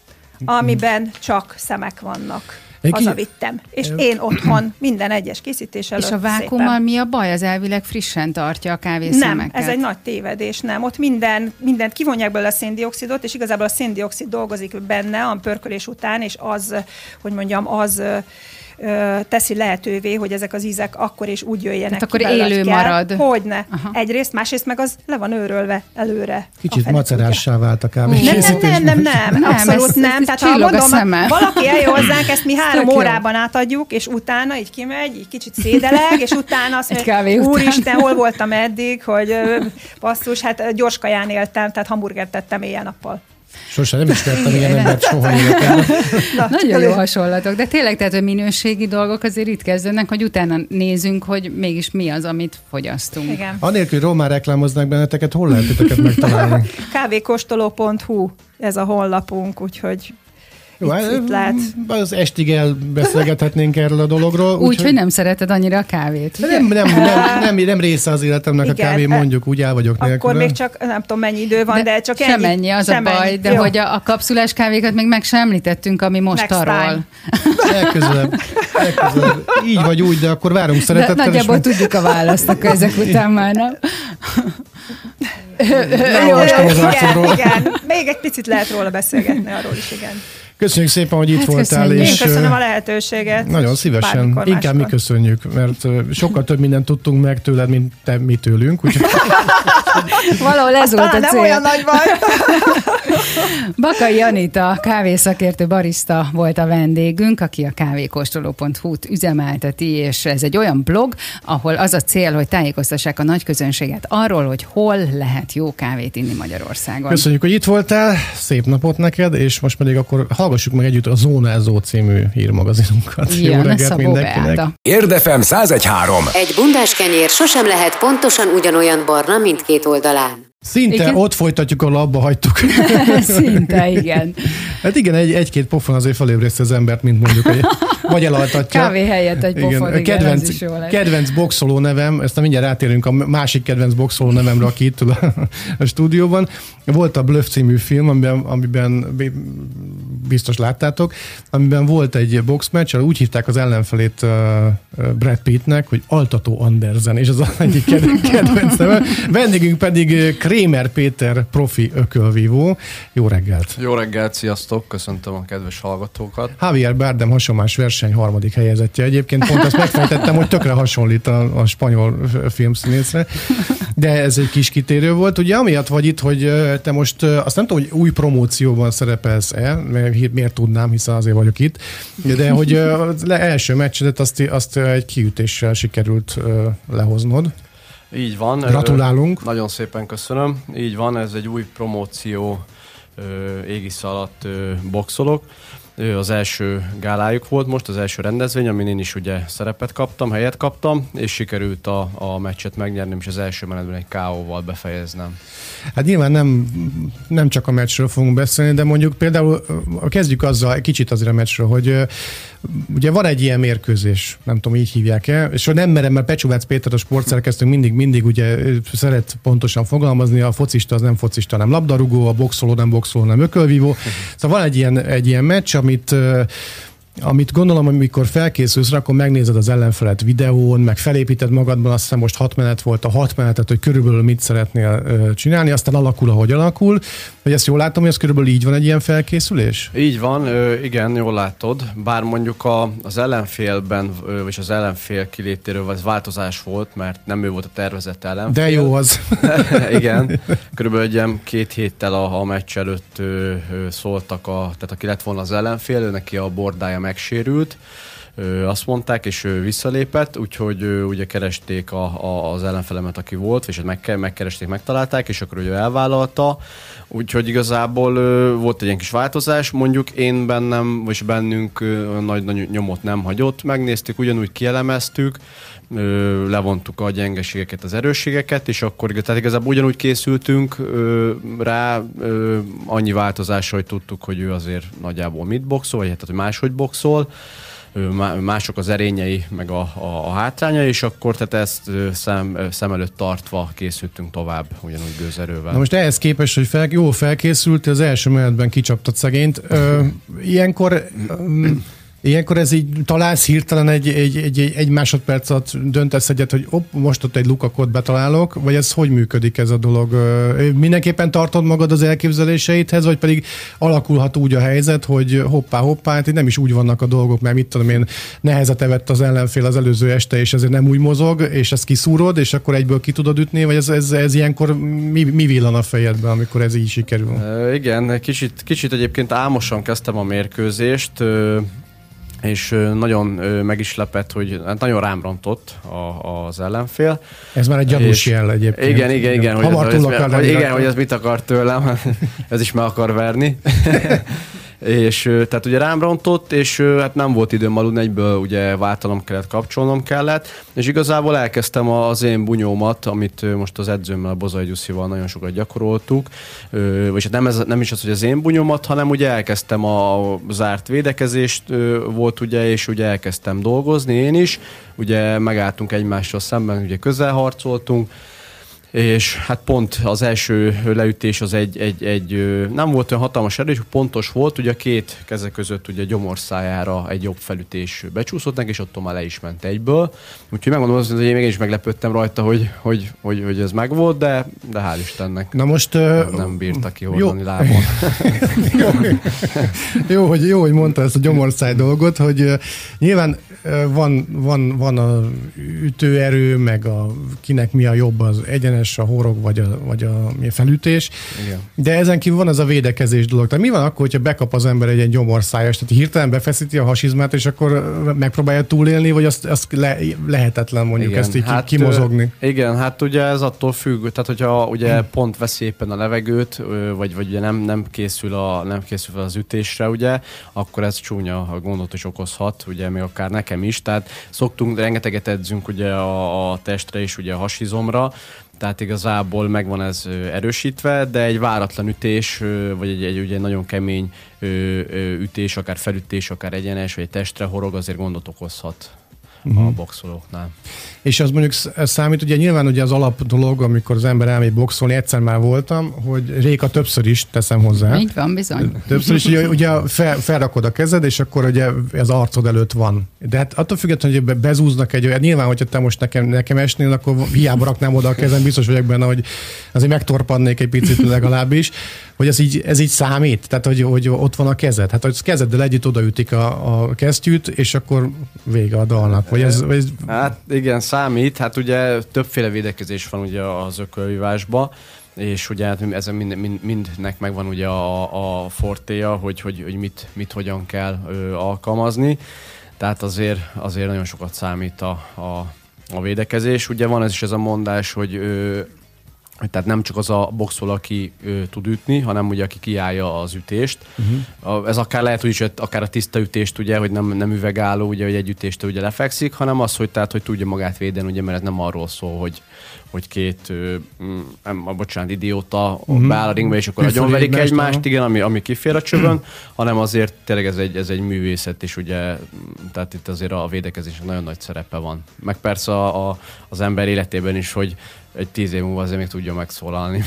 amiben csak szemek vannak. Hazavittem. És én otthon minden egyes készítés előtt És a vákummal szépen. mi a baj? Az elvileg frissen tartja a kávészemeket? Nem, ez egy nagy tévedés, nem. Ott minden, mindent kivonják belőle a széndioxidot, és igazából a széndioxid dolgozik benne a pörkölés után, és az, hogy mondjam, az... teszi lehetővé, hogy ezek az ízek akkor is úgy jöjjenek Tehát akkor élő kell. marad. Hogyne. Aha. Egyrészt, másrészt meg az le van őrölve előre. Kicsit macerássá vált a kávékészítés. Nem, nem, nem, nem, nem, abszolút ez, nem. Ez, ez Tehát ha mondom, valaki eljön hozzánk, ezt mi három órában átadjuk, és utána így kimegy, így kicsit szédeleg, és utána azt mondja, úristen, hol voltam eddig, hogy basszus, hát gyors kaján éltem, tehát hamburgert tettem éjjel-nappal. Sosem nem is tettem ilyen embert soha életemben. Nagyon jó hasonlatok, de tényleg tehát a minőségi dolgok azért itt kezdődnek, hogy utána nézzünk, hogy mégis mi az, amit fogyasztunk. Igen. Anélkül, hogy már reklámoznak benneteket, hol lehet titeket megtalálni? kávékóstoló pont hu ez a honlapunk, úgyhogy Jó, itt, itt lehet. Az estig elbeszélgethetnénk erről a dologról. Úgy, úgy hogy nem szereted annyira a kávét. Nem, nem, nem, nem, nem része az életemnek Igen, a kávé, mondjuk úgy el vagyok nélkül. Akkor még csak nem tudom mennyi idő van, de, de csak ennyi. Sem ennyi, az sem a baj, ennyi. de Jó. hogy a, a kapszulás kávékat még meg sem említettünk, ami most Next arról. Elközelebb, elközelebb. Így vagy úgy, de akkor várunk szeretettel. Nagyjából meg... tudjuk a választ, akkor ezek után már nem. Jó, igen, igen. Még egy picit lehet róla beszélgetni, arról is, igen. Köszönjük szépen, hogy itt hát voltál. Köszönjük. És én köszönöm a lehetőséget. Nagyon szívesen. Inkább máskor. Mi köszönjük, mert sokkal több mindent tudtunk meg tőled, mint te mi tőlünk. Úgy... Valahol ez volt a cél. Nem olyan nagy baj. Bakai Anita, kávészakértő barista volt a vendégünk, aki a kávékóstoló pont hu-t üzemelteti, és ez egy olyan blog, ahol az a cél, hogy tájékoztassák a nagy közönséget arról, hogy hol lehet jó kávét inni Magyarországon. Köszönjük, hogy itt voltál, szép napot neked, és most pedig akkor hallgassuk meg együtt a Zónázó című hírmagazinunkat. Jön, jó reggelt mindenkinek! Érdefem száz egy három. Egy bundás kenyér sosem lehet pontosan ugyanolyan barna mindkét oldalán. Szinte igen? Ott folytatjuk, ahol abba hagytuk. Szinte, igen. Hát igen, egy, egy-két pofon azért felébreszti az embert, mint mondjuk, hogy vagy elaltatja. Kávé helyett egy pofon, igen, igen, kedvenc, ez is jó lesz. Kedvenc boxoló nevem, ezt mindjárt rátérünk a másik kedvenc boxoló nevemre, aki itt ül a, a stúdióban. Volt a Bluff című film, amiben, amiben biztos láttátok, amiben volt egy boxmatch, úgy hívták az ellenfelét uh, Brad Pittnek, hogy Altató Andersen, és az egyik kedvenc neve. Vendégünk pedig Krémer Péter, profi ökölvívó. Jó reggelt! Jó reggelt, sziasztok! Köszöntöm a kedves hallgatókat. Javier Bardem hasonlás verseny harmadik helyezettje. Egyébként pont azt megfejtettem, hogy tökre hasonlít a, a spanyol filmszínészre. De ez egy kis kitérő volt. Ugye amiatt vagy itt, hogy te most azt nem tudom, hogy új promócióban szerepelsz-e, mert miért tudnám, hiszen azért vagyok itt, de hogy az első meccsedet azt, azt egy kiütéssel sikerült lehoznod. Így van. Gratulálunk. Nagyon szépen köszönöm. Így van, ez egy új promóció, égisze alatt boxolok. Az első gálájuk volt most, az első rendezvény, amin én is ugye szerepet kaptam, helyet kaptam, és sikerült a, a meccset megnyernem, és az első menetben egy ká ó-val befejeznem. Hát nyilván nem, nem csak a meccsről fogunk beszélni, de mondjuk például kezdjük azzal, kicsit azért a meccsről, hogy ugye van egy ilyen mérkőzés, nem tudom, így hívják-e, és nem merem, mert Pecsúvác Péter, a sportszerkesztőnk mindig, mindig ugye szeret pontosan fogalmazni, a focista az nem focista, nem labdarúgó, a boxoló nem boxoló, nem ökölvívó. Szóval van egy ilyen, egy ilyen meccs, amit amit gondolom, amikor felkészülsz, akkor megnézed az ellenfelet videón, meg felépíted magadban, azt hiszem most hat menet volt, a hat menetet, hogy körülbelül mit szeretnél csinálni, aztán alakul, ahogy alakul. Hogy ezt jól látom, hogy ez körülbelül így van egy ilyen felkészülés? Így van, igen, jól látod. Bár mondjuk a, az ellenfélben, vagy az ellenfél kilétéről az változás volt, mert nem ő volt a tervezett ellenfél. De jó az. Igen. Körülbelül egy ilyen két héttel a, a meccs előtt szóltak, a, tehát aki lett volna az ellenfél, ő neki a bordája megsérült, azt mondták, és ő visszalépett, úgyhogy ugye keresték a, a, az ellenfelemet, aki volt, és meg, megkeresték, megtalálták, és akkor ugye elvállalta, úgyhogy igazából volt egy ilyen kis változás, mondjuk én bennem, vagy bennünk nagy, nagy nyomot nem hagyott, megnéztük, ugyanúgy kielemeztük, levontuk a gyengeségeket, az erősségeket, és akkor tehát igazából ugyanúgy készültünk rá, annyi változásra, hogy tudtuk, hogy ő azért nagyjából mit boxol, vagy hát, hogy máshogy boxol, mások az erényei, meg a, a, a hátrányai, és akkor tehát ezt szem, szem előtt tartva készültünk tovább, ugyanúgy gőzerővel. Na most ehhez képest, hogy fel, jó felkészült, az első menetben kicsaptad szegényt. Ö, ilyenkor... Ö, Ilyenkor ez így találsz hirtelen egy, egy, egy, egy másodperc alatt döntesz egyet, hogy op, most ott egy lukakot betalálok, vagy ez hogy működik ez a dolog? Mindenképpen tartod magad az elképzeléseidhez, vagy pedig alakulhat úgy a helyzet, hogy hoppá, hoppá, hát nem is úgy vannak a dolgok, mert mit tudom én, nehezet evett az ellenfél az előző este, és ezért nem úgy mozog, és ezt kiszúrod, és akkor egyből ki tudod ütni, vagy ez, ez, ez ilyenkor mi, mi villan a fejedben, amikor ez így sikerül? Uh, igen, kicsit, kicsit egyébként álmosan kezdtem a mérkőzést, és nagyon meg is lepett, hogy nagyon rám rontott a, az ellenfél. Ez már egy gyanús jel egyébként. Igen, igen, igen. Hogy Hamar ez, túl hogy, akar hogy, igen, hogy ez mit akar tőlem, ez is meg akar verni. És tehát ugye rám rontott, és hát nem volt időm aludni, egyből ugye váltanom kellett, kapcsolnom kellett, és igazából elkezdtem az én bunyómat, amit most az edzőmmel, a Bozai Gyuszival nagyon sokat gyakoroltuk, és nem, ez, nem is az, hogy az én bunyómat, hanem ugye elkezdtem a zárt védekezést volt ugye, és ugye elkezdtem dolgozni én is, ugye megálltunk egymással szemben, ugye közel harcoltunk, és hát pont az első leütés az egy, egy, egy nem volt olyan hatalmas erős, pontos volt, ugye a két keze között ugye gyomorszájára egy jobb felütés becsúszott neki, és ott már le is ment egyből. Úgyhogy megmondom azt, hogy én mégis meglepődtem rajta, hogy, hogy, hogy, hogy ez megvolt, de, de hál' Istennek. Na most... Nem, nem bírta kihordani lábon. jó, jó, hogy, jó, hogy mondta ezt a gyomorszáj dolgot, hogy uh, nyilván uh, van, van, van a ütőerő, meg a kinek mi a jobb, az egyenes, a horog, vagy a, vagy a, mi a felütés. Igen. De ezen kívül van az a védekezés dolog. Tehát mi van akkor, hogyha bekap az ember egy, egy gyomorszájas, tehát hirtelen befeszíti a hasizmát, és akkor megpróbálja túlélni, vagy azt, azt le, lehetetlen mondjuk igen, ezt így hát, kimozogni? Igen, hát ugye ez attól függ, tehát hogyha ugye hmm. pont veszi éppen a levegőt, vagy, vagy ugye nem, nem, készül a, nem készül az ütésre, ugye, akkor ez csúnya gondot is okozhat, ugye még akár nekem is. Tehát szoktunk, rengeteget edzünk ugye a, a testre és ugye a hasizomra, tehát igazából megvan ez erősítve, de egy váratlan ütés, vagy egy, egy ugye nagyon kemény ütés, akár felütés, akár egyenes, vagy egy testre horog, azért gondot okozhat uh-huh. a boxolóknál. És az mondjuk számít, ugye nyilván ugye az alap dolog, amikor az ember elmegy boxolni, egyszer már voltam, hogy Réka többször is teszem hozzá. Így van, bizony. Többször is, ugye, ugye fel, felrakod a kezed, és akkor ugye az arcod előtt van. De hát attól függetlenül, hogy bezúznak egy olyan, nyilván, hogyha te most nekem, nekem esnél, akkor hiába raknám oda a kezem, biztos vagyok benne, hogy azért megtorpannék egy picit legalábbis, hogy ez így, ez így számít, tehát hogy, hogy ott van a kezed. Hát hogy kezeddel együtt odaütik a, a kesztyűt, és akkor vége a dalnak. Vagy ez, vagy... Hát igen, számít. Hát ugye többféle védekezés van ugye az ökölvívásban, és ugye hát ezen mind, mind, mindnek megvan ugye a, a fortéja, hogy, hogy, hogy mit, mit hogyan kell ö, alkalmazni. Tehát azért, azért nagyon sokat számít a, a, a védekezés. Ugye van ez is ez a mondás, hogy ö, tehát nem csak az a boxol, aki ö, tud ütni, hanem ugye aki kiállja az ütést. Uh-huh. A, ez akár lehet, hogy akár a tiszta ütést, ugye, hogy nem, nem üvegálló, ugye, hogy egy ütést ugye lefekszik, hanem az, hogy, tehát, hogy tudja magát védeni, ugye, mert ez nem arról szól, hogy, hogy két, ö, nem, bocsánat, idióta uh-huh. beáll a ringbe, és akkor agyonverik egymást, igen, ami, ami kifér a csövön, hanem azért tényleg ez egy, ez egy művészet, és ugye, tehát itt azért a védekezésnek nagyon nagy szerepe van. Meg persze a, a, az ember életében is, hogy egy tíz év múlva azért még tudja megszólalni,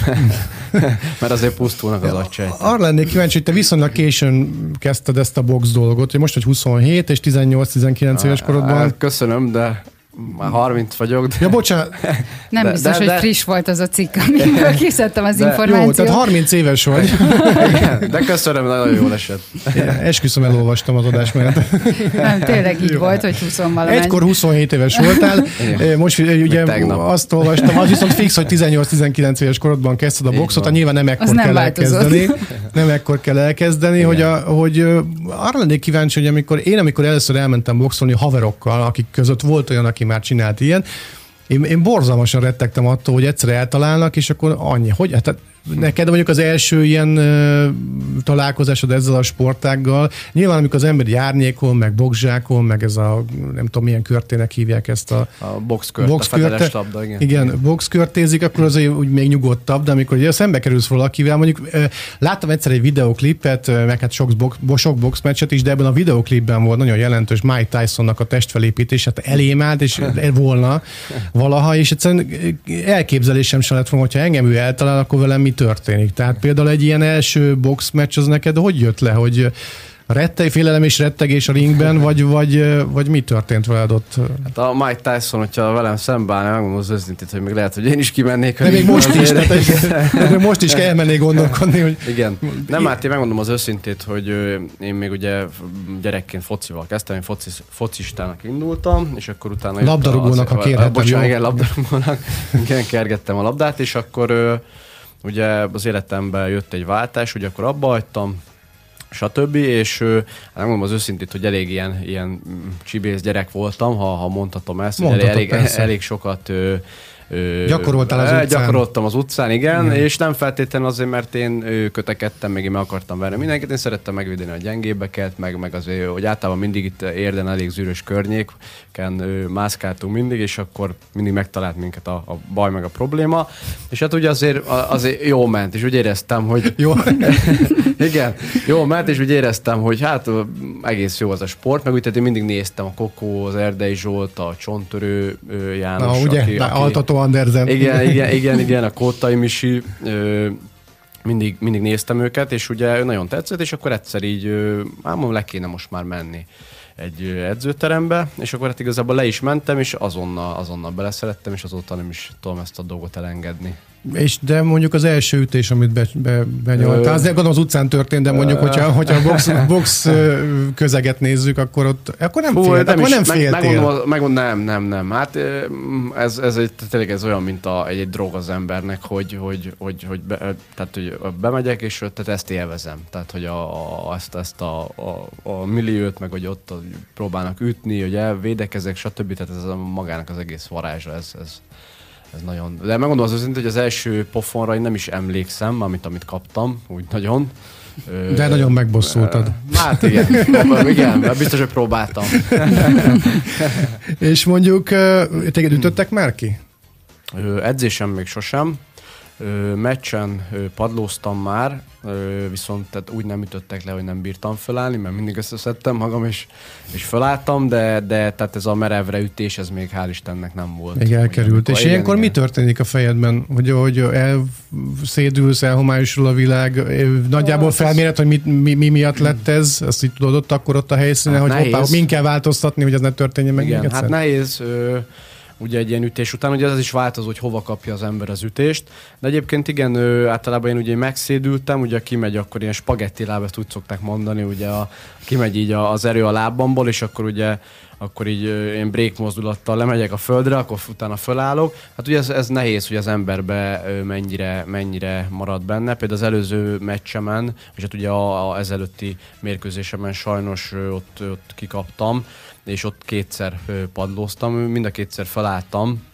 mert azért pusztulnak az agysejtek. Arra lennék kíváncsi, hogy te viszonylag későn kezdted ezt a box dolgot, hogy most vagy huszonhét és tizennyolc-tizenkilenc éves korodban. Köszönöm, de már harminc vagyok. De... Ja, bocsánat. Nem de, biztos, de, de... hogy friss volt az a cikk, amiből kiszedtem az de... információt. Jó, tehát harminc éves vagy. Igen, de köszönöm, nagyon jól esett. Esküszöm, elolvastam az adás mellett. Nem, tényleg így jó. Volt, hogy húsz valamány. Egykor huszonhét éves voltál. Igen. Most ugye azt olvastam, az viszont fix, hogy tizennyolc-tizenkilenc éves korodban kezdted a boxot, nyilván nem ekkor kell elkezdeni. Nem ekkor kell elkezdeni, hogy, a, hogy arra lennék kíváncsi, hogy amikor én amikor először elmentem boxolni haverokkal, akik között volt olyan, aki már csinált ilyen. Én, én borzalmasan rettegtem attól, hogy egyszer eltalálnak, és akkor annyi. Hogy? Hát, neked mondjuk az első ilyen uh, találkozásod ezzel a sportággal, nyilván amikor az ember árnyékol, meg boxzsákol, meg ez a nem tudom milyen körtének hívják ezt a... A boxkört, box a fedeles labda, igen. Igen, boxkörtézik, akkor azért úgy még nyugodtabb, de amikor ugye szembe kerülsz valakivel, mondjuk uh, láttam egyszer egy videoklipet, uh, meg hát sok, box, sok boxmeccset is, de ebben a videoklipben volt nagyon jelentős Mike Tysonnak a testfelépítés, hát elém állt, és volna valaha, és egyszerűen elképzelésem sem lett volna, hogyha engem ő eltalál, akkor velem mi történik. Tehát például egy ilyen első boxmeccs az neked hogy jött le, hogy retteg, félelem és rettegés a ringben, vagy, vagy, vagy mi történt veled ott? Hát a Mike Tyson, hogyha velem szembeállna, megmondom az őszintét, hogy még lehet, hogy én is kimennék. De még most is, tehát, most is elmennék gondolkodni. Hogy... Igen. Nem, hát én megmondom az őszintét, hogy én még ugye gyerekként focival kezdtem, én foci, focistának indultam, és akkor utána... Labdarúgónak, ha kérhetem. Bocsánat, igen, labdarúgónak. Igen, kergettem a labdát, és akkor ugye az életemben jött egy váltás, ugye akkor abba hagytam, stb. És hát mondom az őszintét, hogy elég ilyen, ilyen csibész gyerek voltam, ha, ha mondhatom ezt, hogy elég, elég sokat ö, ö, gyakoroltál az utcán. Gyakoroltam az utcán, igen, igen, és nem feltétlenül azért, mert én kötekedtem, meg én meg akartam verni mindenkit, én szerettem megvédeni a gyengébbeket, meg, meg azért, hogy általában mindig itt Érden elég zűrös környéken mászkáltunk mindig, és akkor mindig megtalált minket a, a baj, meg a probléma, és hát ugye azért, azért jó ment, és úgy éreztem, hogy jó. Igen, jó ment, és úgy éreztem, hogy hát egész jó az a sport, meg úgy tehát én mindig néztem a Kokó, az Erdei Zsolt, a Csonttörő János, na, ugye, aki, aki, altató Andersen. Igen, igen, igen, igen, a Kótai Misi, ö, mindig, mindig néztem őket, és ugye nagyon tetszett, és akkor egyszer így, hát mondom, le kéne most már menni egy edzőterembe, és akkor hát igazából le is mentem, és azonnal, azonnal beleszerettem, és azóta nem is tudom ezt a dolgot elengedni. És de mondjuk az első ütés, amit be, be, benyoltál, az gondolom az utcán történt, de mondjuk, hogyha, hogyha a box, box közeget nézzük, akkor ott akkor nem, Hú, félt, nem, akkor nem féltél. Meg, megmondom, megmondom, nem, nem, nem. Hát ez, ez egy, tényleg ez olyan, mint a, egy, egy drog az embernek, hogy, hogy, hogy, hogy, be, tehát, hogy bemegyek, és tehát ezt élvezem. Tehát, hogy a, a, ezt, ezt a, a, a milliót, meg hogy ott próbálnak ütni, hogy elvédekezek, stb. Tehát ez a magának az egész varázsa, ez, ez Ez nagyon... De megmondom az őszintén, hogy az első pofonra én nem is emlékszem, amit, amit kaptam, úgy nagyon. De nagyon megbosszultad. Hát igen, igen, biztos, hogy próbáltam. És mondjuk, téged ütöttek már ki? Edzésem még sosem. Meccsen padlóztam már, viszont tehát úgy nem ütöttek le, hogy nem bírtam fölállni, mert mindig összeszedtem magam, és, és fölálltam, de, de tehát ez a merevre ütés, ez még hál' Istennek nem volt. Még elkerült. És ilyenkor mi történik a fejedben? Hogy, hogy elszédülsz, elhomályosul a világ, nagyjából felméred, hogy mi, mi, mi miatt lett ez? Azt így tudod ott akkor ott a helyszínen, hát hogy hoppá, min kell változtatni, hogy ez ne történjen meg? Igen, hát nehéz... Ö, ugye egy ilyen ütés után, ugye ez is változó, hogy hova kapja az ember az ütést, de egyébként igen, ő, általában én ugye megszédültem, ugye kimegy akkor ilyen spagetti láb, ezt úgy szokták mondani, ugye a, kimegy így az erő a lábamból, és akkor ugye akkor így én break mozdulattal lemegyek a földre, akkor utána fölállok. Hát ugye ez, ez nehéz, hogy az emberbe mennyire, mennyire marad benne. Például az előző meccsemen, és hát ugye a, a ezelőtti mérkőzésemen sajnos ott, ott kikaptam, és ott kétszer padlóztam, mind a kétszer felálltam,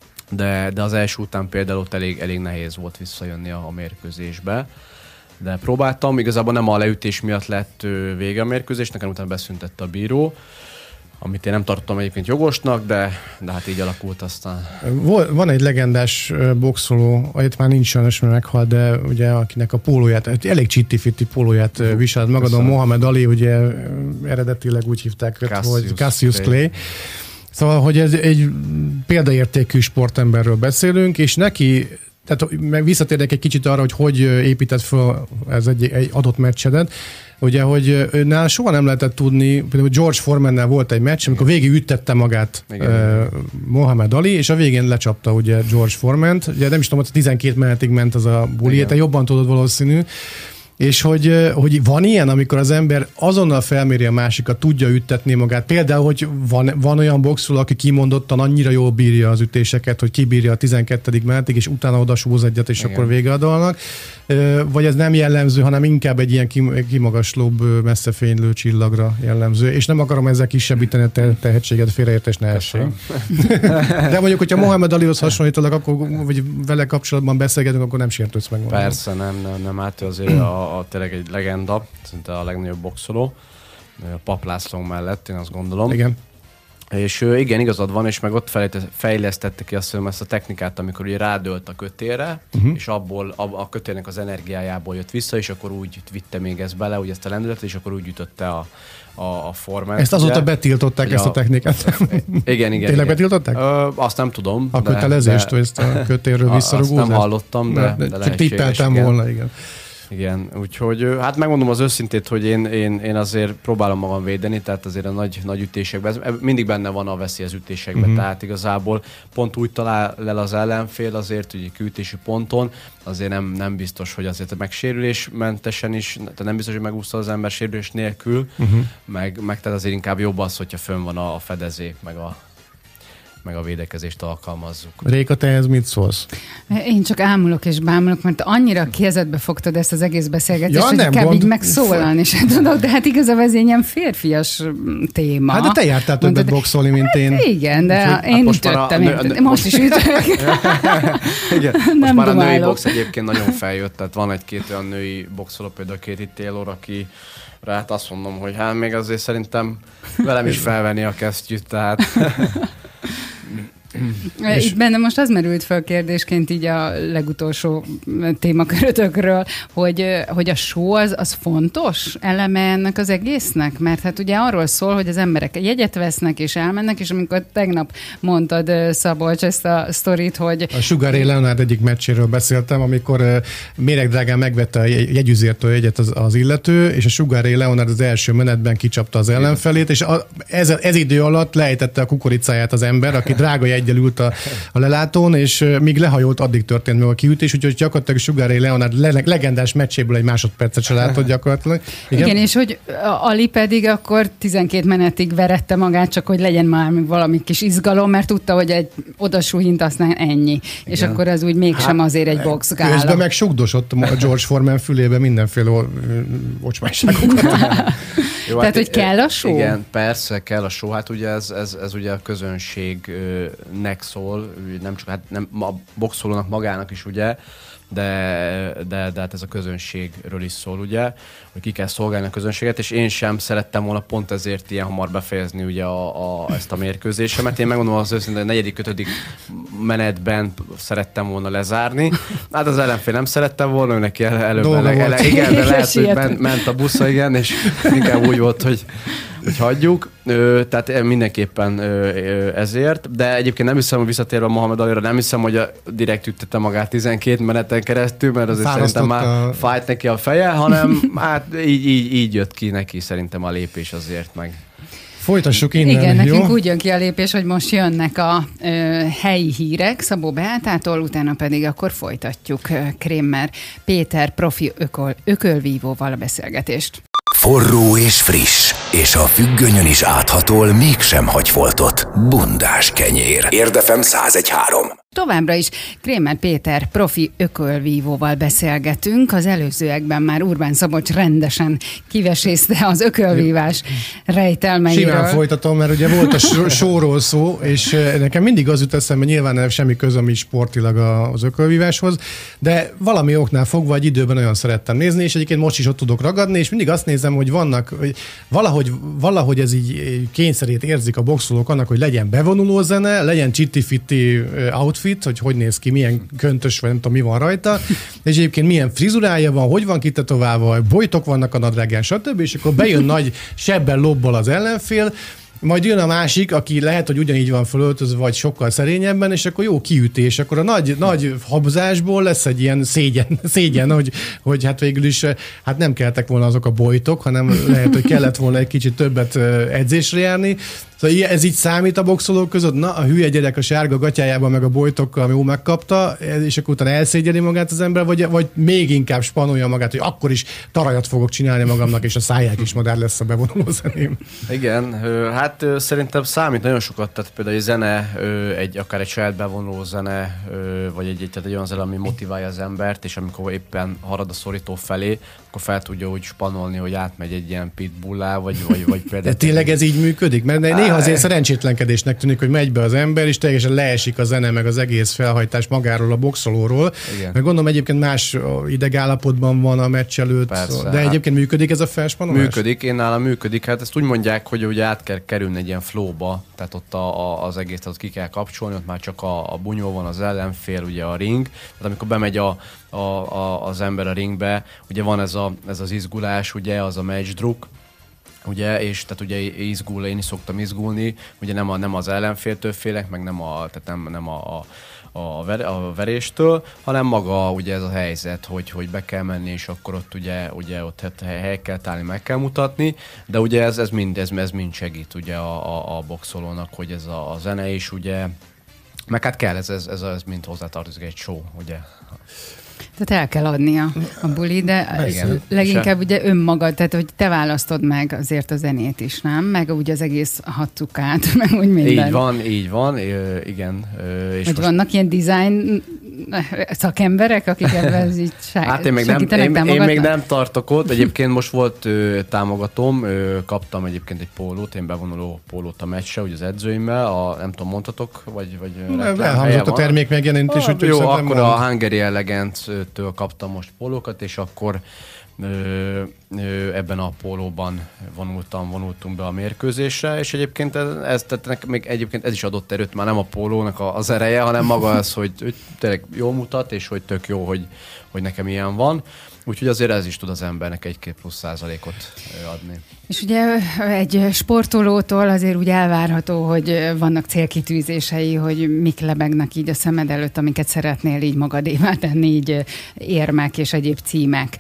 de, de az első után például ott elég, elég nehéz volt visszajönni a, a mérkőzésbe. De próbáltam, igazából nem a leütés miatt lett vége a mérkőzés, nekem utána beszüntette a bíró, amit én nem tartottam egyébként jogosnak, de, de hát így alakult aztán. Van egy legendás boxoló, itt már nincs sajnos, mert meghalt, de ugye akinek a pólóját, elég csitti-fitti pólóját viselt magadon, Mohamed Ali, ugye eredetileg úgy hívták, Cassius hogy Cassius Clay. Clay. Szóval, hogy ez egy példaértékű sportemberről beszélünk, és neki, tehát meg visszatérnek egy kicsit arra, hogy hogy épített fel ez egy, egy adott meccsedet. Ugye, hogy nála soha nem lehetett tudni, például George Foremannel volt egy meccs, amikor végig üttette magát uh, Mohamed Ali, és a végén lecsapta ugye George Forement. Ugye nem is tudom, hogy tizenkét menetig ment az a buli, te jobban tudod valószínű. És hogy, hogy van ilyen, amikor az ember azonnal felméri a másikat, tudja üttetni magát. Például, hogy van, van olyan boxoló, aki kimondottan annyira jól bírja az ütéseket, hogy kibírja a tizenkettedik menetig, és utána oda súz egyet, és igen, akkor vége a dolognak. Vagy ez nem jellemző, hanem inkább egy ilyen kimagaslóbb, messzefénylő csillagra jellemző. És nem akarom ezzel kisebbíteni a te- tehetséget, félreértés ne essen. De mondjuk, hogyha Mohamed Alihoz hasonlítanak, akkor, vagy vele kapcsolatban beszélgetünk, akkor nem sértődsz meg. Persze, nem, nem, nem. Hát azért a, a, tényleg egy legenda, szinte a legnagyobb boxoló. A Pap László mellett, én azt gondolom. Igen. És igen, igazad van, és meg ott fejlesztette ki azt, hogy ezt a technikát, amikor ugye rádölt a kötélre, uh-huh. és abból a, a kötélnek az energiájából jött vissza, és akkor úgy vitte még ezt bele, úgy ezt a lendületet, és akkor úgy ütötte a, a, a formát. Ezt azóta ugye betiltották, ezt a, a technikát. Igen, igen. Tényleg betiltották? Ö, azt nem tudom. A de, kötelezést, hogy ezt a kötélről visszarugózást? Azt nem hallottam, de, de, de lehetséges. Tippeltem volna, igen. Igen, úgyhogy hát megmondom az őszintét, hogy én, én, én azért próbálom magam védeni, tehát azért a nagy, nagy ütésekben, mindig benne van a veszély az ütésekben, uh-huh. tehát igazából pont úgy talál el az ellenfél azért, hogy egy kiütési ponton, azért nem, nem biztos, hogy azért a megsérülésmentesen is, tehát nem biztos, hogy megúszta az ember sérülés nélkül, uh-huh. meg, meg tehát azért inkább jobb az, hogyha fönn van a fedezék, meg a meg a védekezést alkalmazzuk. Réka, te ehhez mit szólsz? Én csak ámulok és bámulok, mert annyira kézedbe fogtad ezt az egész beszélgetést, ja, hogy nem kell gond... így megszólalni sem tudok, de hát igazából ez egy ilyen férfias téma. Hát de te jártál többet Mondod, boxolni, mint én. Igen, de hát én ütöttem. A, a, a, most is ütök. Igen, most nem már dumálok. A női box egyébként nagyon feljött, tehát van egy-két olyan női boxoló, például Katie Taylor, aki hát azt mondom, hogy hát még azért szerintem velem is felvenni a kesztyűt, tehát... Itt benne most az merült fel kérdésként így a legutolsó témakörötökről, hogy, hogy a show az, az fontos eleme ennek az egésznek, mert hát ugye arról szól, hogy az emberek jegyet vesznek és elmennek, és amikor tegnap mondtad, Szabolcs, ezt a sztorit, hogy... A Sugar Ray Leonard egyik meccséről beszéltem, amikor méregdrágán megvette a jegyüzértől jegyet az, az illető, és a Sugar Ray Leonard az első menetben kicsapta az ellenfelét, és a, ez, ez idő alatt lejtette a kukoricáját az ember, aki drága jeggyel ült a, a lelátón, és míg lehajolt, addig történt meg a kiütés, úgyhogy gyakorlatilag Sugar Ray Leonard le, legendás meccséből egy másodpercet se látott gyakorlatilag. Igen? Igen, és hogy Ali pedig akkor tizenkét menetig verette magát, csak hogy legyen már valami kis izgalom, mert tudta, hogy egy odasuhint, aztán ennyi. Igen. És akkor az úgy mégsem hát, azért egy boxgála. Közben meg sugdosott a George Foreman fülébe mindenféle ocsmányságokat. Jó, tehát, hát, hogy kell a show? Igen, persze kell a show. Hát ugye ez, ez, ez ugye a közönségnek szól, nem csak hát nem, a boxolónak magának is ugye, de, de, de hát ez a közönségről is szól, ugye, hogy ki kell szolgálni a közönséget, és én sem szerettem volna pont ezért ilyen hamar befejezni ugye a, a, ezt a mérkőzésemet. Én megmondom az őszintén, a negyedik, ötödik menetben szerettem volna lezárni. Hát az ellenfél nem szerettem volna, ő neki el, előbb ele, ele, igen, de lehet, hogy ment, ment a busza, igen, és inkább úgy volt, hogy hogy hagyjuk, ö, tehát mindenképpen ö, ezért, de egyébként nem hiszem, hogy visszatérve Mohamed Alira, nem hiszem, hogy a, direkt üttette magát tizenkét meneten keresztül, mert azért szerintem már a... fájt neki a feje, hanem hát így, így, így jött ki neki szerintem a lépés azért meg. Folytassuk innen, igen, jó? nekünk úgy jön ki a lépés, hogy most jönnek a ö, helyi hírek Szabó Beátától, utána pedig akkor folytatjuk Krémer Péter profi ököl, ökölvívóval a beszélgetést. Forró és friss, és a függönyön is áthatol, mégsem hagy foltot. Bundás kenyér. Érdefem száz egy három. Továbbra is Krémer Péter profi ökölvívóval beszélgetünk. Az előzőekben már Urbán Szabolcs rendesen kivesészte az ökölvívás rejtelmeiről. Simán folytatom, mert ugye volt a sóról szó, és nekem mindig az jut eszembe, nyilván nem semmi közöm is sportilag az ökölvíváshoz, de valami oknál fogva egy időben olyan szerettem nézni, és egyébként most is ott tudok ragadni, és mindig azt nézem, hogy vannak, hogy valahogy, valahogy ez így kényszerét érzik a boxolók annak, hogy legyen bevonuló zene, legyen csitti-fitti outfit, hogy hogy néz ki, milyen köntös, vagy nem tudom, mi van rajta, és egyébként milyen frizurája van, hogy van kitetoválva, bojtok vannak a nadrágán, stb. És akkor bejön nagy sebben lobbal az ellenfél, majd jön a másik, aki lehet, hogy ugyanígy van fölöltözve, vagy sokkal szerényebben, és akkor jó kiütés, akkor a nagy, nagy habzásból lesz egy ilyen szégyen, szégyen hogy, hogy hát végül is hát nem kellettek volna azok a bojtok, hanem lehet, hogy kellett volna egy kicsit többet edzésre járni. Szóval ez így számít a boxolók között? Na, a hülye gyerek a sárga gatyájában, meg a bojtokkal, ami jó megkapta, és akkor utána elszégyeli magát az ember, vagy, vagy még inkább spanolja magát, hogy akkor is tarajat fogok csinálni magamnak, és a száját is madár lesz a bevonuló zeném. Igen, hát szerintem számít nagyon sokat, tehát például egy zene, egy, akár egy saját bevonuló zene, vagy egy, tehát egy olyan zene, ami motiválja az embert, és amikor éppen harad a szorító felé, akkor fel tudja úgy spanolni, hogy átmegy egy ilyen pitbullá, vagy, vagy, vagy például... De tényleg ez így működik? Mert néha azért szerencsétlenkedésnek tűnik, hogy megy be az ember, és teljesen leesik a zene, meg az egész felhajtás magáról, a boxolóról. Igen. Meg gondolom egyébként más idegállapotban van a meccs előtt. Persze, de egyébként hát működik ez a felspanolás? Működik, én nálam működik. Hát ezt úgy mondják, hogy ugye át kell kerülni egy ilyen flowba, tehát ott a, a, az egészet ott ki kell kapcsolni, ott már csak a, a bunyó van, az ellenfél, ugye a ring. Tehát amikor bemegy a, a, a, az ember a ringbe, ugye van ez, a, ez az izgulás, ugye az a matchdruk, ugye, és tehát ugye izgul, én is szoktam izgulni, ugye nem, a, nem az ellenféltől félek, meg nem a, tehát nem, nem a, a A, ver, a veréstől, hanem maga ugye ez a helyzet, hogy, hogy be kell menni, és akkor ott ugye, ugye ott hát hely kell állni, meg kell mutatni, de ugye ez, ez, mind, ez, ez mind segít ugye a, a, a boxolónak, hogy ez a, a zene is ugye, meg hát kell, ez, ez, ez, ez mind hozzátartozik egy show, ugye. Tehát el kell adni a, a buli, de igen, leginkább ugye önmagad, tehát hogy te választod meg azért a zenét is, nem? Meg ugye az egész hatszukát, meg úgy minden. Így van, így van, ö, igen. Ö, és hogy most... vannak ilyen design szakemberek, akik ebben így seg- hát én még, nem, én, én még nem tartok ott. Egyébként most volt ö, támogatom, ö, kaptam egyébként egy pólót, én bevonuló pólót a meccsre, ugye az edzőimmel, a, nem tudom, mondhatok, vagy... vagy elhangzott a termék megjelenítés. Ah, jó, akkor a Hungary Elegance-től kaptam most pólókat, és akkor Ö, ö, ebben a pólóban vonultam, vonultunk be a mérkőzésre, és egyébként ez, ez, tehát nekem még egyébként ez is adott erőt, már nem a pólónak az ereje, hanem maga az, hogy, hogy tényleg jól mutat, és hogy tök jó, hogy, hogy nekem ilyen van. Úgyhogy azért ez is tud az embernek egy-két plusz százalékot adni. És ugye egy sportolótól azért úgy elvárható, hogy vannak célkitűzései, hogy mik lebegnek így a szemed előtt, amiket szeretnél így magadévá tenni, így érmek és egyéb címek.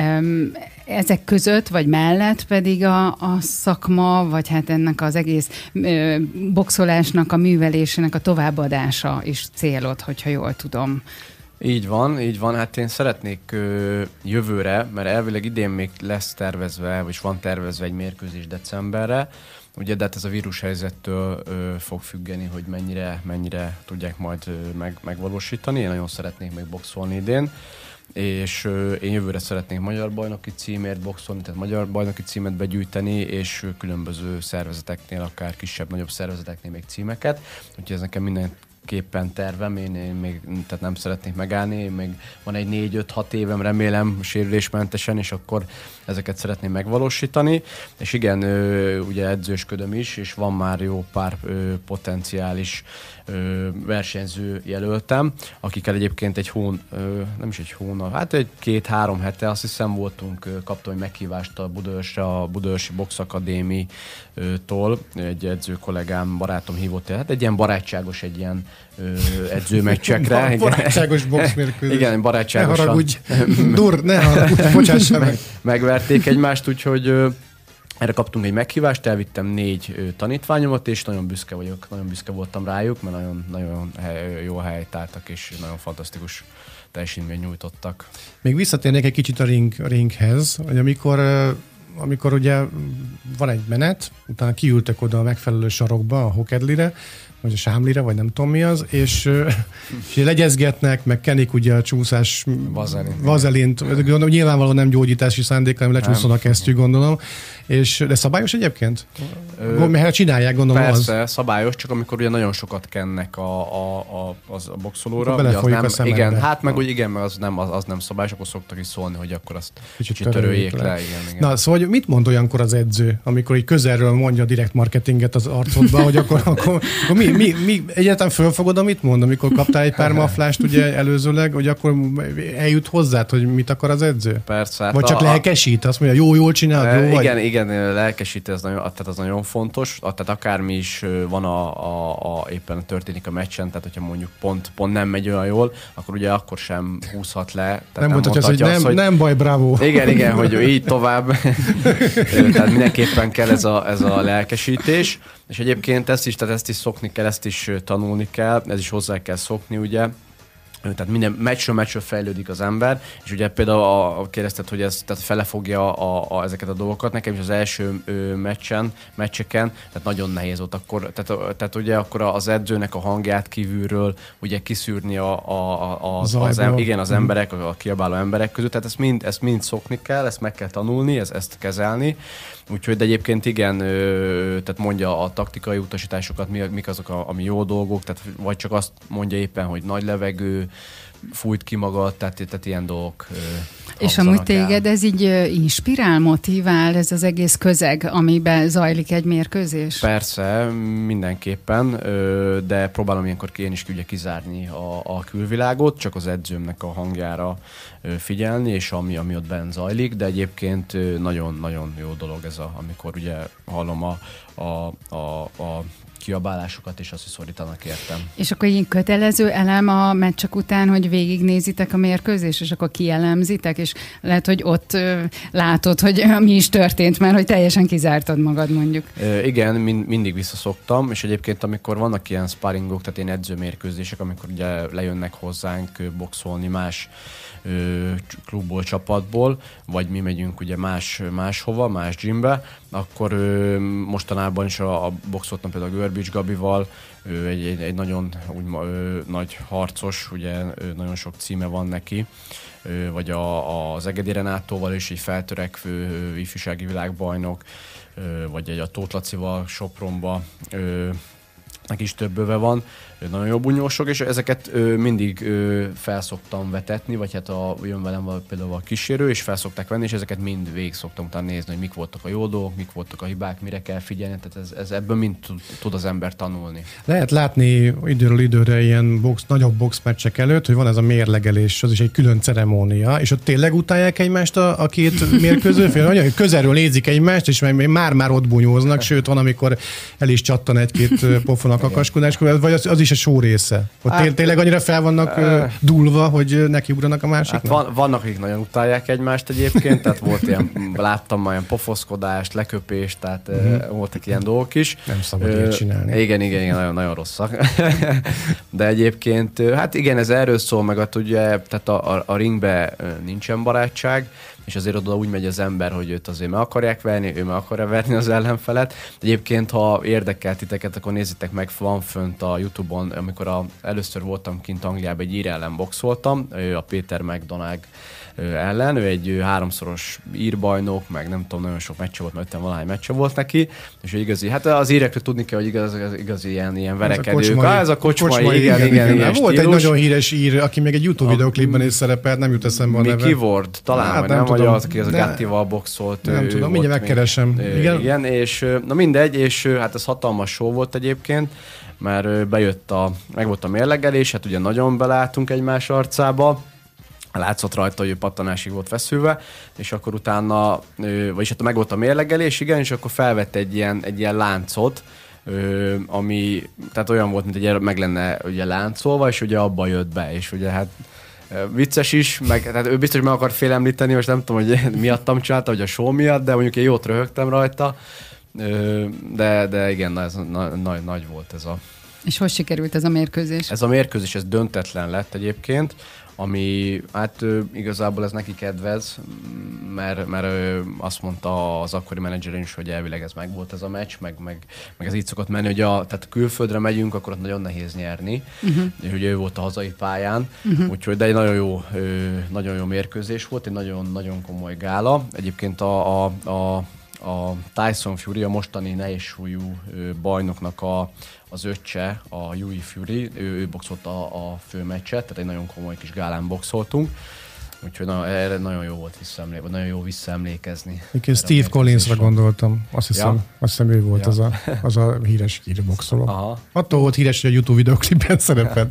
Ezek között, vagy mellett pedig a, a szakma, vagy hát ennek az egész ö, boxolásnak, a művelésének a továbbadása is célod, hogyha jól tudom. Így van, így van. Hát én szeretnék ö, jövőre, mert elvileg idén még lesz tervezve, vagy van tervezve egy mérkőzés decemberre, ugye, de hát ez a vírushelyzettől ö, fog függeni, hogy mennyire, mennyire tudják majd ö, meg, megvalósítani. Én nagyon szeretnék még boxolni idén, és ö, én jövőre szeretnék magyar bajnoki címért boxolni, tehát magyar bajnoki címet begyűjteni, és ö, különböző szervezeteknél, akár kisebb-nagyobb szervezeteknél még címeket. Úgyhogy ez nekem minden képpen tervem, én, én még tehát nem szeretnék megállni, én még van egy négy-öt-hat évem, remélem sérülésmentesen, és akkor ezeket szeretném megvalósítani. És igen, ö, ugye edzősködöm is, és van már jó pár ö, potenciális ö, versenyző jelöltem, akikkel egyébként egy hón, ö, nem is egy hónap, hát egy két-három hete azt hiszem voltunk, ö, kaptam egy meghívást a Budaörsre, a Budaörsi Box Akadémi-tól, egy edző kollégám, barátom hívott el, hát egy ilyen barátságos, egy ilyen edzőmeccsekre. Barátságos boxmérkőzés. Igen, barátságosan. Ne haragudj, Dur, ne haragudj, bocsássa meg. Megverték egymást, úgyhogy ö, erre kaptunk egy meghívást, elvittem négy ö, tanítványomat, és nagyon büszke vagyok, nagyon büszke voltam rájuk, mert nagyon, nagyon hely, jó helyt álltak, és nagyon fantasztikus teljesítményt nyújtottak. Még visszatérnék egy kicsit a ring, ringhez, hogy amikor, amikor ugye van egy menet, utána kiültek oda a megfelelő sarokba, a hokedlire, vagy a sámlire, vagy nem tudom mi az, és, és legyezgetnek, meg kenik ugye a csúszás Vazelint. vazelint. Gondolom, nyilvánvalóan nem gyógyítási szándékkal, hanem lecsúszol a kesztyű, gondolom. És, de szabályos egyébként? Ö, Mert csinálják, gondolom. Persze, az. szabályos, csak amikor ugye nagyon sokat kennek a, a, a, az a boxolóra. Akkor belefolyik a szemedbe. Igen, hát meg úgy igen, mert az nem, az, az nem szabályos, akkor szoktak is szólni, hogy akkor azt kicsit, kicsit töröljék le. le. Igen, igen. Na, szóval mit mond olyankor az edző, amikor így közelről mondja a direkt marketinget az arcodba, hogy akkor, akkor, akkor mi, mi, mi egyáltalán fölfogod, amit mond, amikor kaptál egy pár maflást ugye előzőleg, hogy akkor eljut hozzád, hogy mit akar az edző? Persze. Hát vagy csak a, lelkesít, azt mondja, jó, jól csinálod, jó igen, vagy? Igen, igen, lelkesít, ez nagyon, tehát az nagyon fontos, tehát akármi is van a, a, a éppen történik a meccsen, tehát hogyha mondjuk pont, pont nem megy olyan jól, akkor ugye akkor sem húzhat le. Tehát nem, nem mondhatja, hogy, nem, hogy nem baj, bravo. Igen, igen, hogy így tovább. Tehát mindenképpen kell ez a, ez a lelkesítés, és egyébként ezt is, tehát ezt is szokni kell, ezt is tanulni kell, ez is hozzá kell szokni, ugye. Tehát minden meccsről meccsről fejlődik az ember, és ugye például a, a kérdezted, hogy ez tehát felefogja a, a, ezeket a dolgokat. Nekem is az első ö, meccsen, meccseken, tehát nagyon nehéz volt akkor, tehát, tehát ugye akkor az edzőnek a hangját kívülről ugye kiszűrni a, a, a, az, az, em, igen, az emberek, a kiabáló emberek között, tehát ezt mind, ezt mind szokni kell, ezt meg kell tanulni, ezt, ezt kezelni. Úgyhogy de egyébként igen, ö, tehát mondja a taktikai utasításokat, mi, mik azok, a, ami jó dolgok, tehát vagy csak azt mondja éppen, hogy nagy levegő, fújt ki magad, tehát, tehát ilyen dolgok. Ö, és amúgy téged ez így inspirál, motivál, ez az egész közeg, amiben zajlik egy mérkőzés? Persze, mindenképpen, de próbálom ilyenkor én is ugye kizárni a, a külvilágot, csak az edzőmnek a hangjára figyelni, és ami, ami ott benn zajlik, de egyébként nagyon-nagyon jó dolog ez, a, amikor ugye hallom a, a, a, a kiabálásokat, és azt, hogy szorítanak értem. És akkor így kötelező elem a meccsek után, hogy végignézitek a mérkőzést, és akkor kielemzitek, és lehet, hogy ott ö, látod, hogy mi is történt már, hogy teljesen kizártad magad, mondjuk. Ö, igen, mind, mindig visszaszoktam, és egyébként amikor vannak ilyen sparringok, tehát én edzőmérkőzések, amikor ugye lejönnek hozzánk boxolni más ö, klubból, csapatból, vagy mi megyünk ugye más, máshova, más gymbe, akkor ö, mostanában is a, a boxoltam például a Görbics Gabival, ő egy, egy, egy nagyon úgy, ö, nagy harcos, ugye ö, nagyon sok címe van neki, ö, vagy a, az Egedi Renátóval is egy feltörekvő ö, ifjúsági világbajnok, ö, vagy egy a Tóth Lacival Sopronba, ö, neki is több öve van, nagyon jó bunyósok, és ezeket ö, mindig ö, felszoktam vetetni, vagy hát a, jön velem a, például a kísérő, és felszokták venni, és ezeket mind végig szoktam utána nézni, hogy mik voltak a jó dolgok, mik voltak a hibák, mire kell figyelni, tehát ez, ez ebből mind tud, tud az ember tanulni. Lehet látni időről időre ilyen box, nagyobb boxmeccsek előtt, hogy van ez a mérlegelés, az is egy külön ceremónia, és ott tényleg utálják egymást a, a két mérkőző fél, hogy közelről nézik egymást, és már-már ott bunyóznak, sőt van, amikor el is csattan egy-két pofon a kakaskodáskor, vagy az, az is a show része. Ott hát, tényleg annyira fel vannak uh, dulva, hogy nekiugranak a másiknak? Hát van, vannak, akik nagyon utálják egymást egyébként, tehát volt ilyen, láttam már ilyen pofoszkodást, leköpést, tehát uh-huh. voltak ilyen dolgok is. Nem szabad uh, ilyet csinálni. Igen, igen, igen, nagyon, nagyon rosszak. De egyébként, hát igen, ez erről szól, meg a, ugye, tehát a, a, a ringbe nincsen barátság, és azért oda úgy megy az ember, hogy őt azért meg akarják verni, ő meg akarja verni az ellenfelet. Egyébként, ha érdekel titeket, akkor nézzétek meg, van fönt a YouTube-on, amikor a, először voltam kint Angliában, egy ír ellen boxoltam, a Péter McDonagh ellen, ő egy háromszoros írbajnok, meg nem tudom, nagyon sok meccse volt, mert ötven valahány meccse volt neki, és ő igazi, hát az írekről tudni kell, hogy igaz, igazi ilyen, ilyen verekedők. Ah, ez a kocsmai, kocsmai igen, igen, igen, igen, volt egy nagyon híres ír, aki még egy YouTube videóklipben is szerepelt, nem jut eszembe a neve. Mickey Ward, talán, hát, nem, nem vagy az, aki az a Gattival boxolt. Nem ő, tudom, mindjárt megkeresem. Igen? igen, és na mindegy, és hát ez hatalmas show volt egyébként, mert bejött a, meg volt a mérlegelés, hát ugye nagyon belálltunk egymás arcába, látszott rajta, hogy ő pattanásig volt feszülve, és akkor utána, vagyis hát meg volt a mérlegelés, igen, és akkor felvett egy ilyen, egy ilyen láncot, ami, tehát olyan volt, mint egy meg lenne ugye láncolva, és ugye abba jött be, és ugye hát vicces is, meg tehát ő biztos meg akart félemlíteni, most nem tudom, hogy miattam csinálta, vagy a show miatt, de mondjuk én jót röhögtem rajta, de, de igen, ez nagy, nagy, nagy volt ez a... És hogy sikerült ez a mérkőzés? Ez a mérkőzés, ez döntetlen lett egyébként, ami hát igazából ez neki kedvez, mert, mert azt mondta az akkori menedzser is, hogy elvileg ez meg volt ez a meccs, meg, meg, meg ez így szokott menni, hogy a, tehát külföldre megyünk, akkor ott nagyon nehéz nyerni, uh-huh. és ugye ő volt a hazai pályán, uh-huh. úgyhogy de egy nagyon jó, nagyon jó mérkőzés volt, egy nagyon, nagyon komoly gála. Egyébként a, a, a, a Tyson Fury, a mostani nehézsúlyú bajnoknak a az öccse, a Yui Fury, ő, ő boxolt a, a főmeccset, tehát egy nagyon komoly kis gálán boxoltunk, úgyhogy na, erre nagyon jó volt visszaemlékezni, nagyon jó visszaemlékezni. Én Steve Collinsra gondoltam, azt hiszem, ja. azt hiszem ő volt ja. az, a, az a híres hírboxoló. Aha. Attól volt híres, hogy a YouTube videóklipben szerepelt.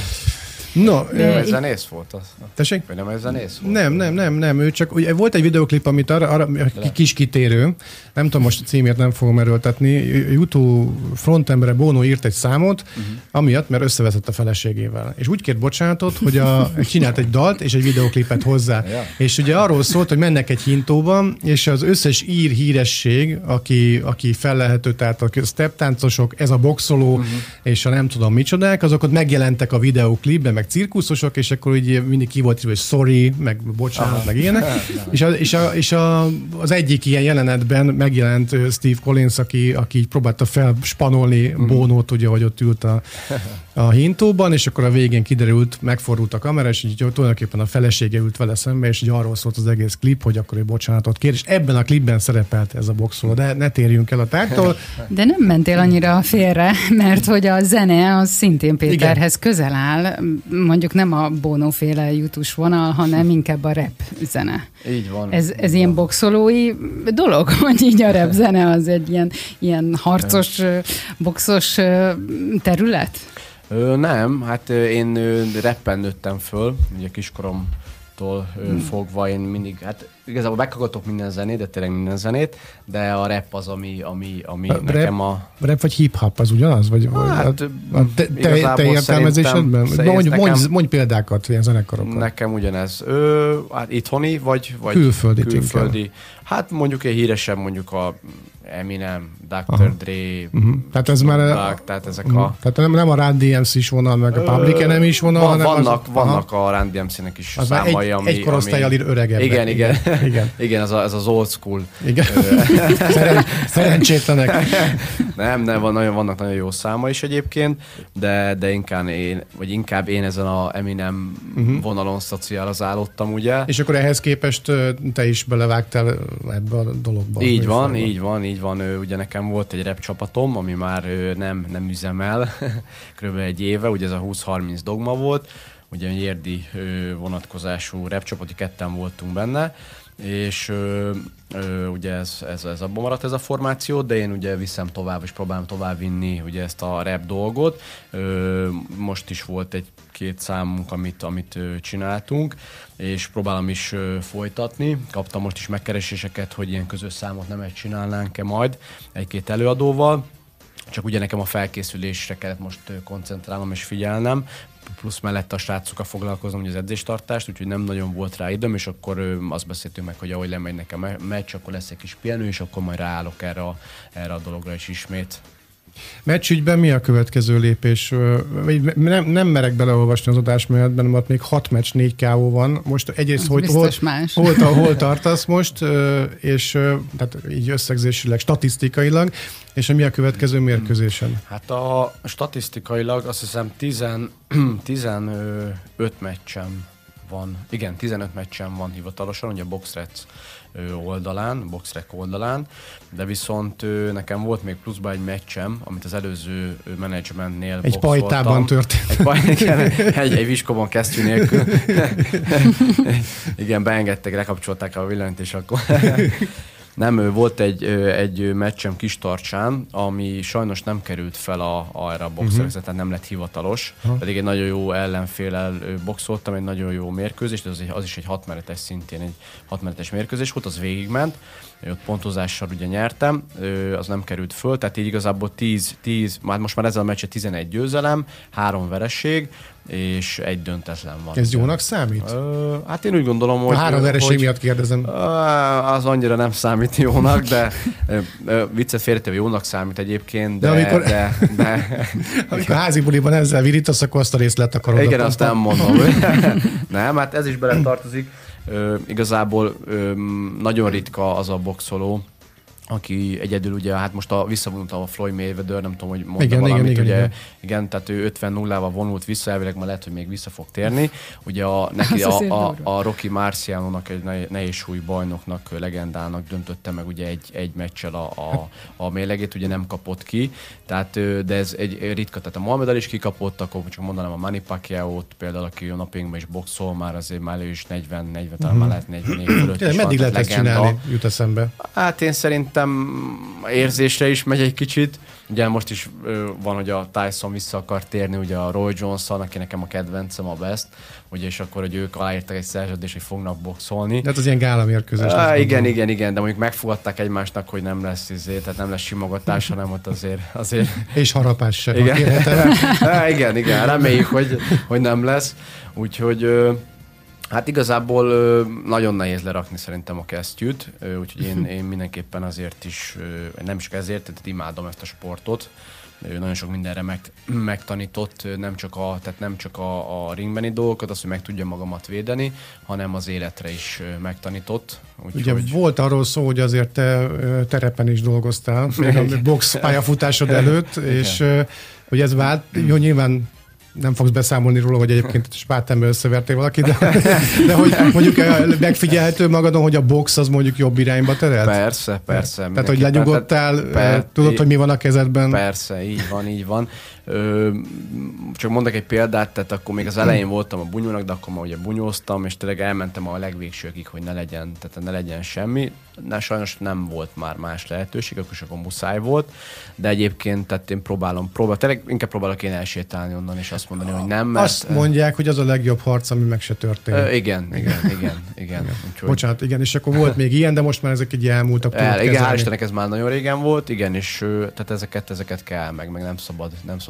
No, nem ez zenész volt az? Tessék? Vagy nem ez zenész volt? Nem, nem, nem, nem. Ő csak, ugye, volt egy videóklip, amit arra, arra kis kitérő, nem tudom, most a címért nem fogom erőltetni. YouTube frontembere Bono írt egy számot, uh-huh. amiatt, mert összeveszett a feleségével. És úgy kért bocsánatot, hogy a, csinált egy dalt és egy videóklipet hozzá. Ja. És ugye arról szólt, hogy mennek egy hintóban, és az összes ír híresség, aki, aki fellelhető, tehát a steptáncosok, ez a boxoló, uh-huh. és a nem tudom micsodák, azok ott megjelentek a videóklipben, meg cirkuszosok, és akkor így mindig ki volt, hogy sorry, meg bocsánat, aha. meg ilyenek. és a, és, a, és a, az egyik ilyen jelenetben megjelent Steve Collins, aki, aki próbálta felspanolni mm. Bonót, ugye, hogy ott ült a, a hintóban, és akkor a végén kiderült, megfordult a kamera, és így tulajdonképpen a felesége ült vele szembe, és így arról szólt az egész klip, hogy akkor egy bocsánatot kér, és ebben a klipben szerepelt ez a boxoló, de ne térjünk el a tártól. De nem mentél annyira félre, mert hogy a zene az szintén Péterhez igen. közel áll, mondjuk nem a Bono-féle jutus vonal, hanem inkább a rap zene. Így van. Ez, ez így ilyen van. boxolói dolog, hogy így a rap zene az egy ilyen, ilyen harcos, boxos terület? Ö, nem, hát én rappen nőttem föl, ugye kiskorom tól hmm. fogva én mindig, hát igazából meghallgatok minden zenét, de tényleg minden zenét, de a rap az, ami, ami, ami a nekem a... Rap vagy hip-hop, az ugyanaz? Vagy, hát, a, a te, te, te értelmezésedben? Mondj, mondj, mondj példákat ilyen zenekarokon. Nekem ugyanez. Ö, hát itthoni, vagy, vagy külföldi. külföldi. Hát mondjuk egy híresebb, mondjuk a Eminem, doktor Dre, uh-huh. tehát ez már Dog, tehát ezek uh-huh. a... Tehát nem, nem a Run D M C is vonal, meg a Public Enemy is vonal, van, hanem vannak, az... vannak a Run D M C-nek is az számai, egy, ami... egy korosztályjal ami... öregebbek. Igen, igen. Igen. Igen, ez, a, ez az old school. Igen. Szeren, szerencsétlenek. Nem, nem, van, nagyon, vannak nagyon jó száma is egyébként, de, de inkább, én, vagy inkább én ezen a Eminem uh-huh. vonalon szocializálódtam, ugye. És akkor ehhez képest te is belevágtál ebbe a dologba. Így van, felben. így van, így van. Ugye nekem volt egy rap csapatom, ami már nem, nem üzemel, kb. egy éve, ugye ez a húsz-harminc dogma volt, ugye egy érdi vonatkozású rap csapat, ketten voltunk benne, és ö, ö, ugye ez, ez, ez abban maradt ez a formáció, de én ugye viszem tovább, és próbálom tovább vinni ugye ezt a rap dolgot. Ö, most is volt egy-két számunk, amit, amit ö, csináltunk, és próbálom is ö, folytatni. Kaptam most is megkereséseket, hogy ilyen közös számot nem egy csinálnánk-e majd egy-két előadóval, csak ugye nekem a felkészülésre kellett most koncentrálnom és figyelnem, plusz mellett a srácokkal foglalkozom, hogy az edzéstartást, úgyhogy nem nagyon volt rá időm, és akkor ö, azt beszéltünk meg, hogy ahogy lemegy nekem a meccs, akkor lesz egy kis pihenő, és akkor majd ráállok erre a, erre a dologra is ismét. Meccsügyben mi a következő lépés? Nem, nem merek beleolvasni az adásmenetben, mert még hat meccs, négy ká ó van. Most egyrészt, hogy hol, hol, hol tartasz most, és tehát így összegzésileg, statisztikailag, és mi a következő mérkőzésen? Hát a statisztikailag azt hiszem tizenöt meccsem van, igen, tizenöt meccsem van hivatalosan, ugye a Boxrec oldalán, Boxrec oldalán, de viszont nekem volt még pluszban egy meccsem, amit az előző menedzsmentnél egy boxoltam. Pajtában történt. Egy, paj, igen, egy, egy viskóban kesztyű nélkül. Igen, beengedtek, lekapcsolták a villanyt, és akkor... Nem, volt egy, egy meccsem Kistarcsán, ami sajnos nem került fel a, arra a boxerre, uh-huh. tehát nem lett hivatalos, uh-huh. pedig egy nagyon jó ellenféllel boxoltam, egy nagyon jó mérkőzés, az, az is egy hatmenetes szintén, egy hatmenetes mérkőzés volt, az végigment, ott pontozással ugye nyertem, az nem került föl, tehát így igazából tíz, tíz, már most már ezzel a meccsen tizenegy győzelem, három vereség, és egy döntetlen van. Ez jónak számít? Ö, hát én úgy gondolom, hogy... A három vereség hogy, miatt kérdezem. Az annyira nem számít jónak, de viccet félretéve jónak számít egyébként, de... de amikor, de, de, amikor házi buliban ezzel virítasz, akkor azt a részt letakarod. Igen, azt nem mondom. Nem, hát ez is bele tartozik. Ö, igazából ö, nagyon ritka az a boxoló, aki egyedül ugye, hát most a, visszavonultam a Floyd Mayweather, nem tudom, hogy mondta igen, valamit, igen, ugye, igen, igen, tehát ő ötven nullával vonult vissza, elvileg már lehet, hogy még vissza fog térni. Ugye a, neki a, a, a Rocky Marciano-nak, egy nehézsúly bajnoknak, legendának döntötte meg ugye egy, egy meccsel a, a, a mérlegét, ugye nem kapott ki, tehát, de ez egy ritka, tehát a Muhammad Ali is kikapott, akkor csak mondanám a Manny Pacquiao-t, például, aki a napjainkban is boxol, már azért már ő is negyven negyven, talán már lehet negyvenégy fölött is van. Meddig lehet ezt csinálni, jut eszembe? Hát én szerintem érzésre is megy egy kicsit. Ugye most is ö, van, hogy a Tyson vissza akar térni, ugye a Roy Jones-on, aki nekem a kedvencem, a best, ugye, és akkor, hogy ők aláírtak egy szerződést, hogy fognak boxolni. De hát az ilyen gálamérkőzés. Ah, igen, igen, igen, de mondjuk megfogadták egymásnak, hogy nem lesz izé, tehát nem lesz simogatás, hanem ott azért... azért... És harapás sem. Igen. ah, igen, igen, reméljük, hogy, hogy nem lesz. Úgyhogy... Ö, Hát igazából ö, nagyon nehéz lerakni szerintem a kesztyűt, ö, úgyhogy én, én mindenképpen azért is, ö, nem csak ezért, tehát imádom ezt a sportot. Ö, nagyon sok mindenre meg, megtanított, nem csak, a, tehát nem csak a, a ringbeni dolgokat, azt, hogy meg tudja magamat védeni, hanem az életre is ö, megtanított. Úgy, ugye hogy... volt arról szó, hogy azért te terepen is dolgoztál, még a box pályafutásod előtt, és ö, hogy ez vált, jó, nyilván nem fogsz beszámolni róla, hogy egyébként spátemben összevertél valaki, de, de hogy mondjuk megfigyelhető magadon, hogy a box az mondjuk jobb irányba terelt? Persze, persze. Tehát, hogy lenyugodtál, per, tudod, hogy mi van a kezedben? Persze, így van, így van. Ö, csak mondok egy példát, tehát akkor még az elején voltam a bunyónak, de akkor már ugye bunyóztam, és tényleg elmentem a legvégsőkig, hogy ne legyen, tehát ne legyen semmi. De sajnos nem volt már más lehetőség, akkor akkor muszáj volt, de egyébként tehát én próbálom, próbál, tényleg inkább próbálok én elsétálni onnan, és azt mondani, hogy nem, mert... Azt mondják, hogy az a legjobb harc, ami meg se történt. Ö, igen, igen, igen, igen. igen. Úgyhogy... Bocsánat, igen, és akkor volt még ilyen, de most már ezek így elmúltak. El, igen, hál' Istennek ez már nagyon régen volt, igen, és tehát ezeket, ezeket kell, meg, meg nem szabad, nem szabad.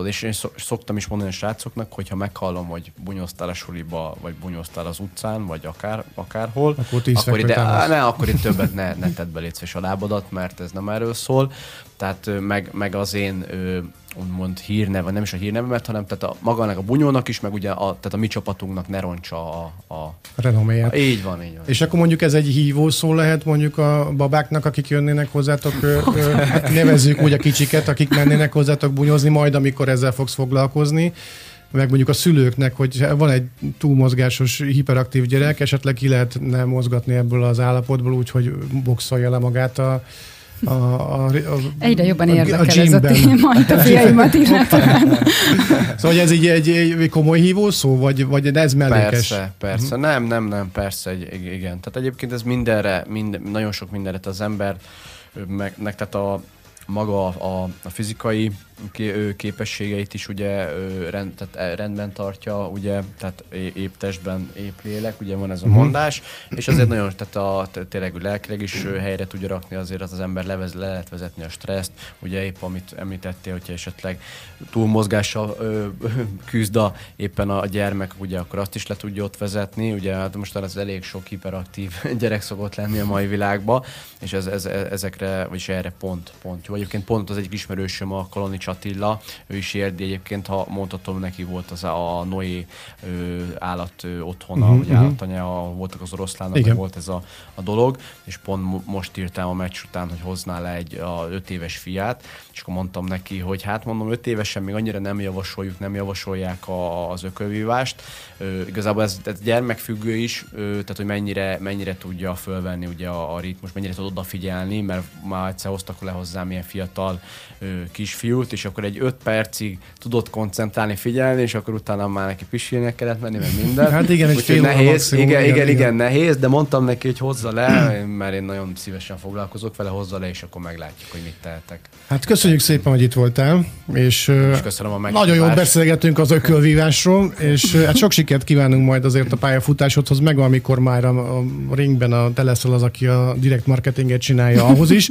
tudod, és én szoktam is mondani a srácoknak, hogy ha meghallom, hogy bunyóztál a suliba, vagy bunyóztál az utcán, vagy akár, akárhol, akkor, akkor ide, á, ne, akkor itt többet ne, ne tedd be létszés a lábadat, mert ez nem erről szól. Tehát meg, meg az én úgymond hírneve, nem is a hírnevemet, hanem tehát a, magának a bunyónak is, meg ugye a, tehát a mi csapatunknak ne roncsa a, a renoméját. Így van, így van. És akkor mondjuk ez egy hívó szó lehet mondjuk a babáknak, akik jönnének hozzátok, ö, ö, nevezzük úgy a kicsiket, akik mennének hozzátok bunyózni, majd amikor ezzel fogsz foglalkozni, meg mondjuk a szülőknek, hogy van egy túlmozgásos, hiperaktív gyerek, esetleg ki lehetne mozgatni ebből az állapotból úgy, hogy boxolja le magát a A, a, a, Egyre jobban a, érdekel a ez a téma, itt a fiaimat illetően. Szóval ez így egy, egy komoly hívó szó, vagy, vagy ez mellékes? Persze, persze. Uh-huh. Nem, nem, nem, persze, egy, igen. Tehát egyébként ez mindenre, minden, nagyon sok mindenre az ember, meg, meg tehát a maga a, a fizikai képességeit is ugye rend, tehát rendben tartja, ugye, tehát épp testben, épp lélek, ugye van ez a mondás, és azért nagyon, tehát a, tényleg lelkileg is helyre tudja rakni, azért az, az ember levez, le lehet vezetni a stresszt, ugye épp amit említettél, hogyha esetleg túlmozgással ö, küzd a, éppen a gyermek, ugye akkor azt is le tudja ott vezetni, ugye hát most az elég sok hiperaktív gyerek szokott lenni a mai világban, és ez, ez, ezekre, vagyis erre pont, pont jó. Egyébként pont az egyik ismerősöm, a Kalonics Attila, ő is érdi egyébként, ha mondhatom, neki volt az a Noé ö, állat ö, otthona, uh-huh, vagy uh-huh. állatanya, voltak az oroszlánok, volt ez a, a dolog, és pont most írtam a meccs után, hogy hoznál le egy a öt éves fiát, és akkor mondtam neki, hogy hát mondom, öt évesen még annyira nem javasoljuk, nem javasolják a, az ökölvívást. Ö, igazából ez, ez gyermekfüggő is, ö, tehát hogy mennyire, mennyire tudja fölvenni ugye a, a ritmus, mennyire tud odafigyelni, mert már egyszer hoztak le hozzám ilyen fiatal ö, kisfiút, és akkor egy öt percig tudott koncentrálni, figyelni, és akkor utána már neki pisilnie kellett menni, meg minden. Hát igen, egy fél nehéz, maximum, igen, igen, igen, igen, igen, nehéz, de mondtam neki, hogy hozza le, mert én nagyon szívesen foglalkozok vele, hozza le, és akkor meglátjuk, hogy mit tehetek. Hát köszönjük szépen, hogy itt voltál, és, és köszönöm a meghívást. Nagyon jól beszélgetünk az ökölvívásról, és hát sok sikert kívánunk majd azért a pályafutásodhoz, meg amikor már a, a ringben a, te leszel az, aki a direkt marketinget csinálja, ahhoz is.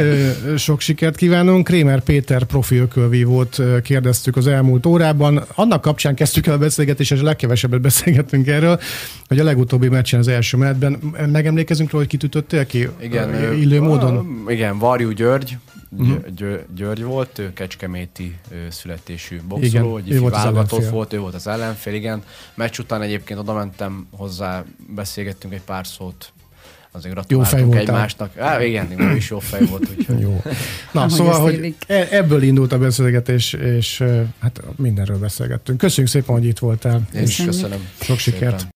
Sok sikert kívánunk. Krémer Péter profi ökölvívót kérdeztük az elmúlt órában. Annak kapcsán kezdtük el a beszélgetést, és a legkevesebbet beszélgettünk erről, hogy a legutóbbi meccsen az első menetben megemlékezünk róla, hogy kit ütöttél ki? Igen, illő módon? Igen, Varjú György, Uh-huh. György, György volt, ő kecskeméti ő, születésű boxoló, hogy ő válogatott volt, ő volt az ellenfél, igen. Meccs után egyébként oda mentem hozzá, beszélgettünk egy pár szót, azért gratuláltunk egymásnak. Á, igen, ő is jó fej volt, úgyhogy... Jó. Na, ahogy szóval, hogy ebből indult a beszélgetés, és hát mindenről beszélgettünk. Köszönjük szépen, hogy itt voltál. Én is köszönöm. Sok sikert.